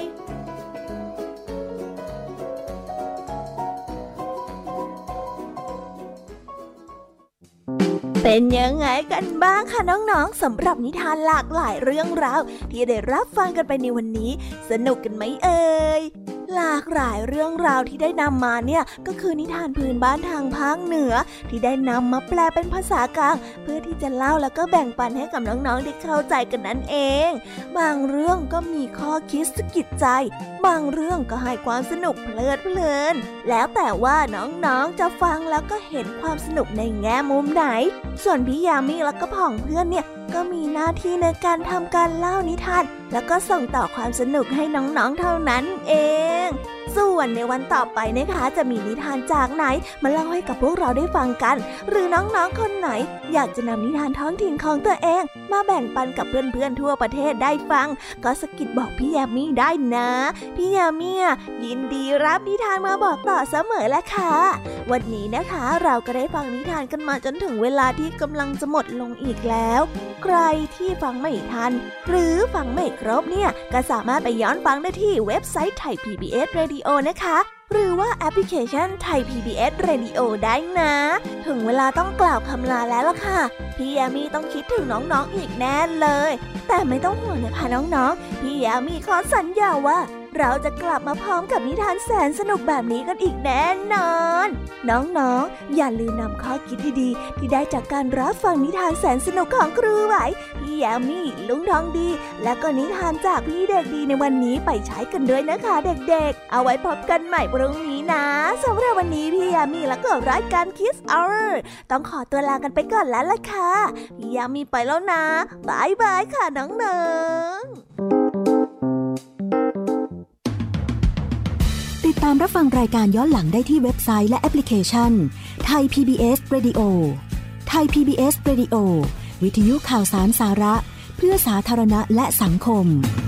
เป็นยังไงกันบ้างคะน้องๆสำหรับนิทานหลากหลายเรื่องราวที่ได้รับฟังกันไปในวันนี้สนุกกันไหมเอ่ยหลากหลายเรื่องราวที่ได้นำมาเนี่ยก็คือนิทานพื้นบ้านทางภาคเหนือที่ได้นำมาแปลเป็นภาษากลางเพื่อที่จะเล่าแล้วก็แบ่งปันให้กับน้องๆได้เข้าใจกันนั่นเองบางเรื่องก็มีข้อคิดสะกิดใจบางเรื่องก็ให้ความสนุกเพลิดเพลินแล้วแต่ว่าน้องๆจะฟังแล้วก็เห็นความสนุกในแง่มุมไหนส่วนพี่ยามีแล้วก็พ่องเพื่อนเนี่ยก็มีหน้าที่ในการทำการเล่านิทานแล้วก็ส่งต่อความสนุกให้น้องๆเท่านั้นเองส่วนในวันต่อไปนะคะจะมีนิทานจากไหนมาเล่าให้กับพวกเราได้ฟังกันหรือน้องๆคนไหนอยากจะนำนิทานท้องถิ่นของตัวเองมาแบ่งปันกับเพื่อนๆทั่วประเทศได้ฟังก็สะกิดบอกพี่ยามีได้นะพี่ยามียินดีรับนิทานมาบอกต่อเสมอแหละค่ะวันนี้นะคะเราก็ได้ฟังนิทานกันมาจนถึงเวลาที่กำลังจะหมดลงอีกแล้วใครที่ฟังไม่ทันหรือฟังไม่ครบเนี่ยก็สามารถไปย้อนฟังได้ที่เว็บไซต์ Thai พี บี เอส Radio นะคะหรือว่าแอปพลิเคชัน Thai พี บี เอส Radio ได้นะถึงเวลาต้องกล่าวคำลาแล้วล่ะค่ะพี่ยามีต้องคิดถึงน้องๆอีกแน่เลยแต่ไม่ต้องห่วงนะคะน้องๆพี่ยามีขอสัญญาว่าเราจะกลับมาพร้อมกับนิทานแสนสนุกแบบนี้กันอีกแน่นอนน้องๆอย่าลืมนำข้อคิดดีๆที่ได้จากการรับฟังนิทานแสนสนุกของครูไหวพี่ยามีลุงทองดีและก็นิทานจากพี่เด็กดีในวันนี้ไปใช้กันด้วยนะคะเด็กๆเอาไว้พบกันใหม่พรุ่งนี้นะสำหรับวันนี้พี่ยามีและก็รายการ Kids Hour ต้องขอตัวลากันไปก่อนแล้วล่ะค่ะพี่ยามีไปแล้วนะบายบายค่ะน้องๆติดตามรับฟังรายการย้อนหลังได้ที่เว็บไซต์และแอปพลิเคชัน Thai พี บี เอส Radio Thai พี บี เอส Radio วิทยุข่าวสารสาระเพื่อสาธารณะและสังคม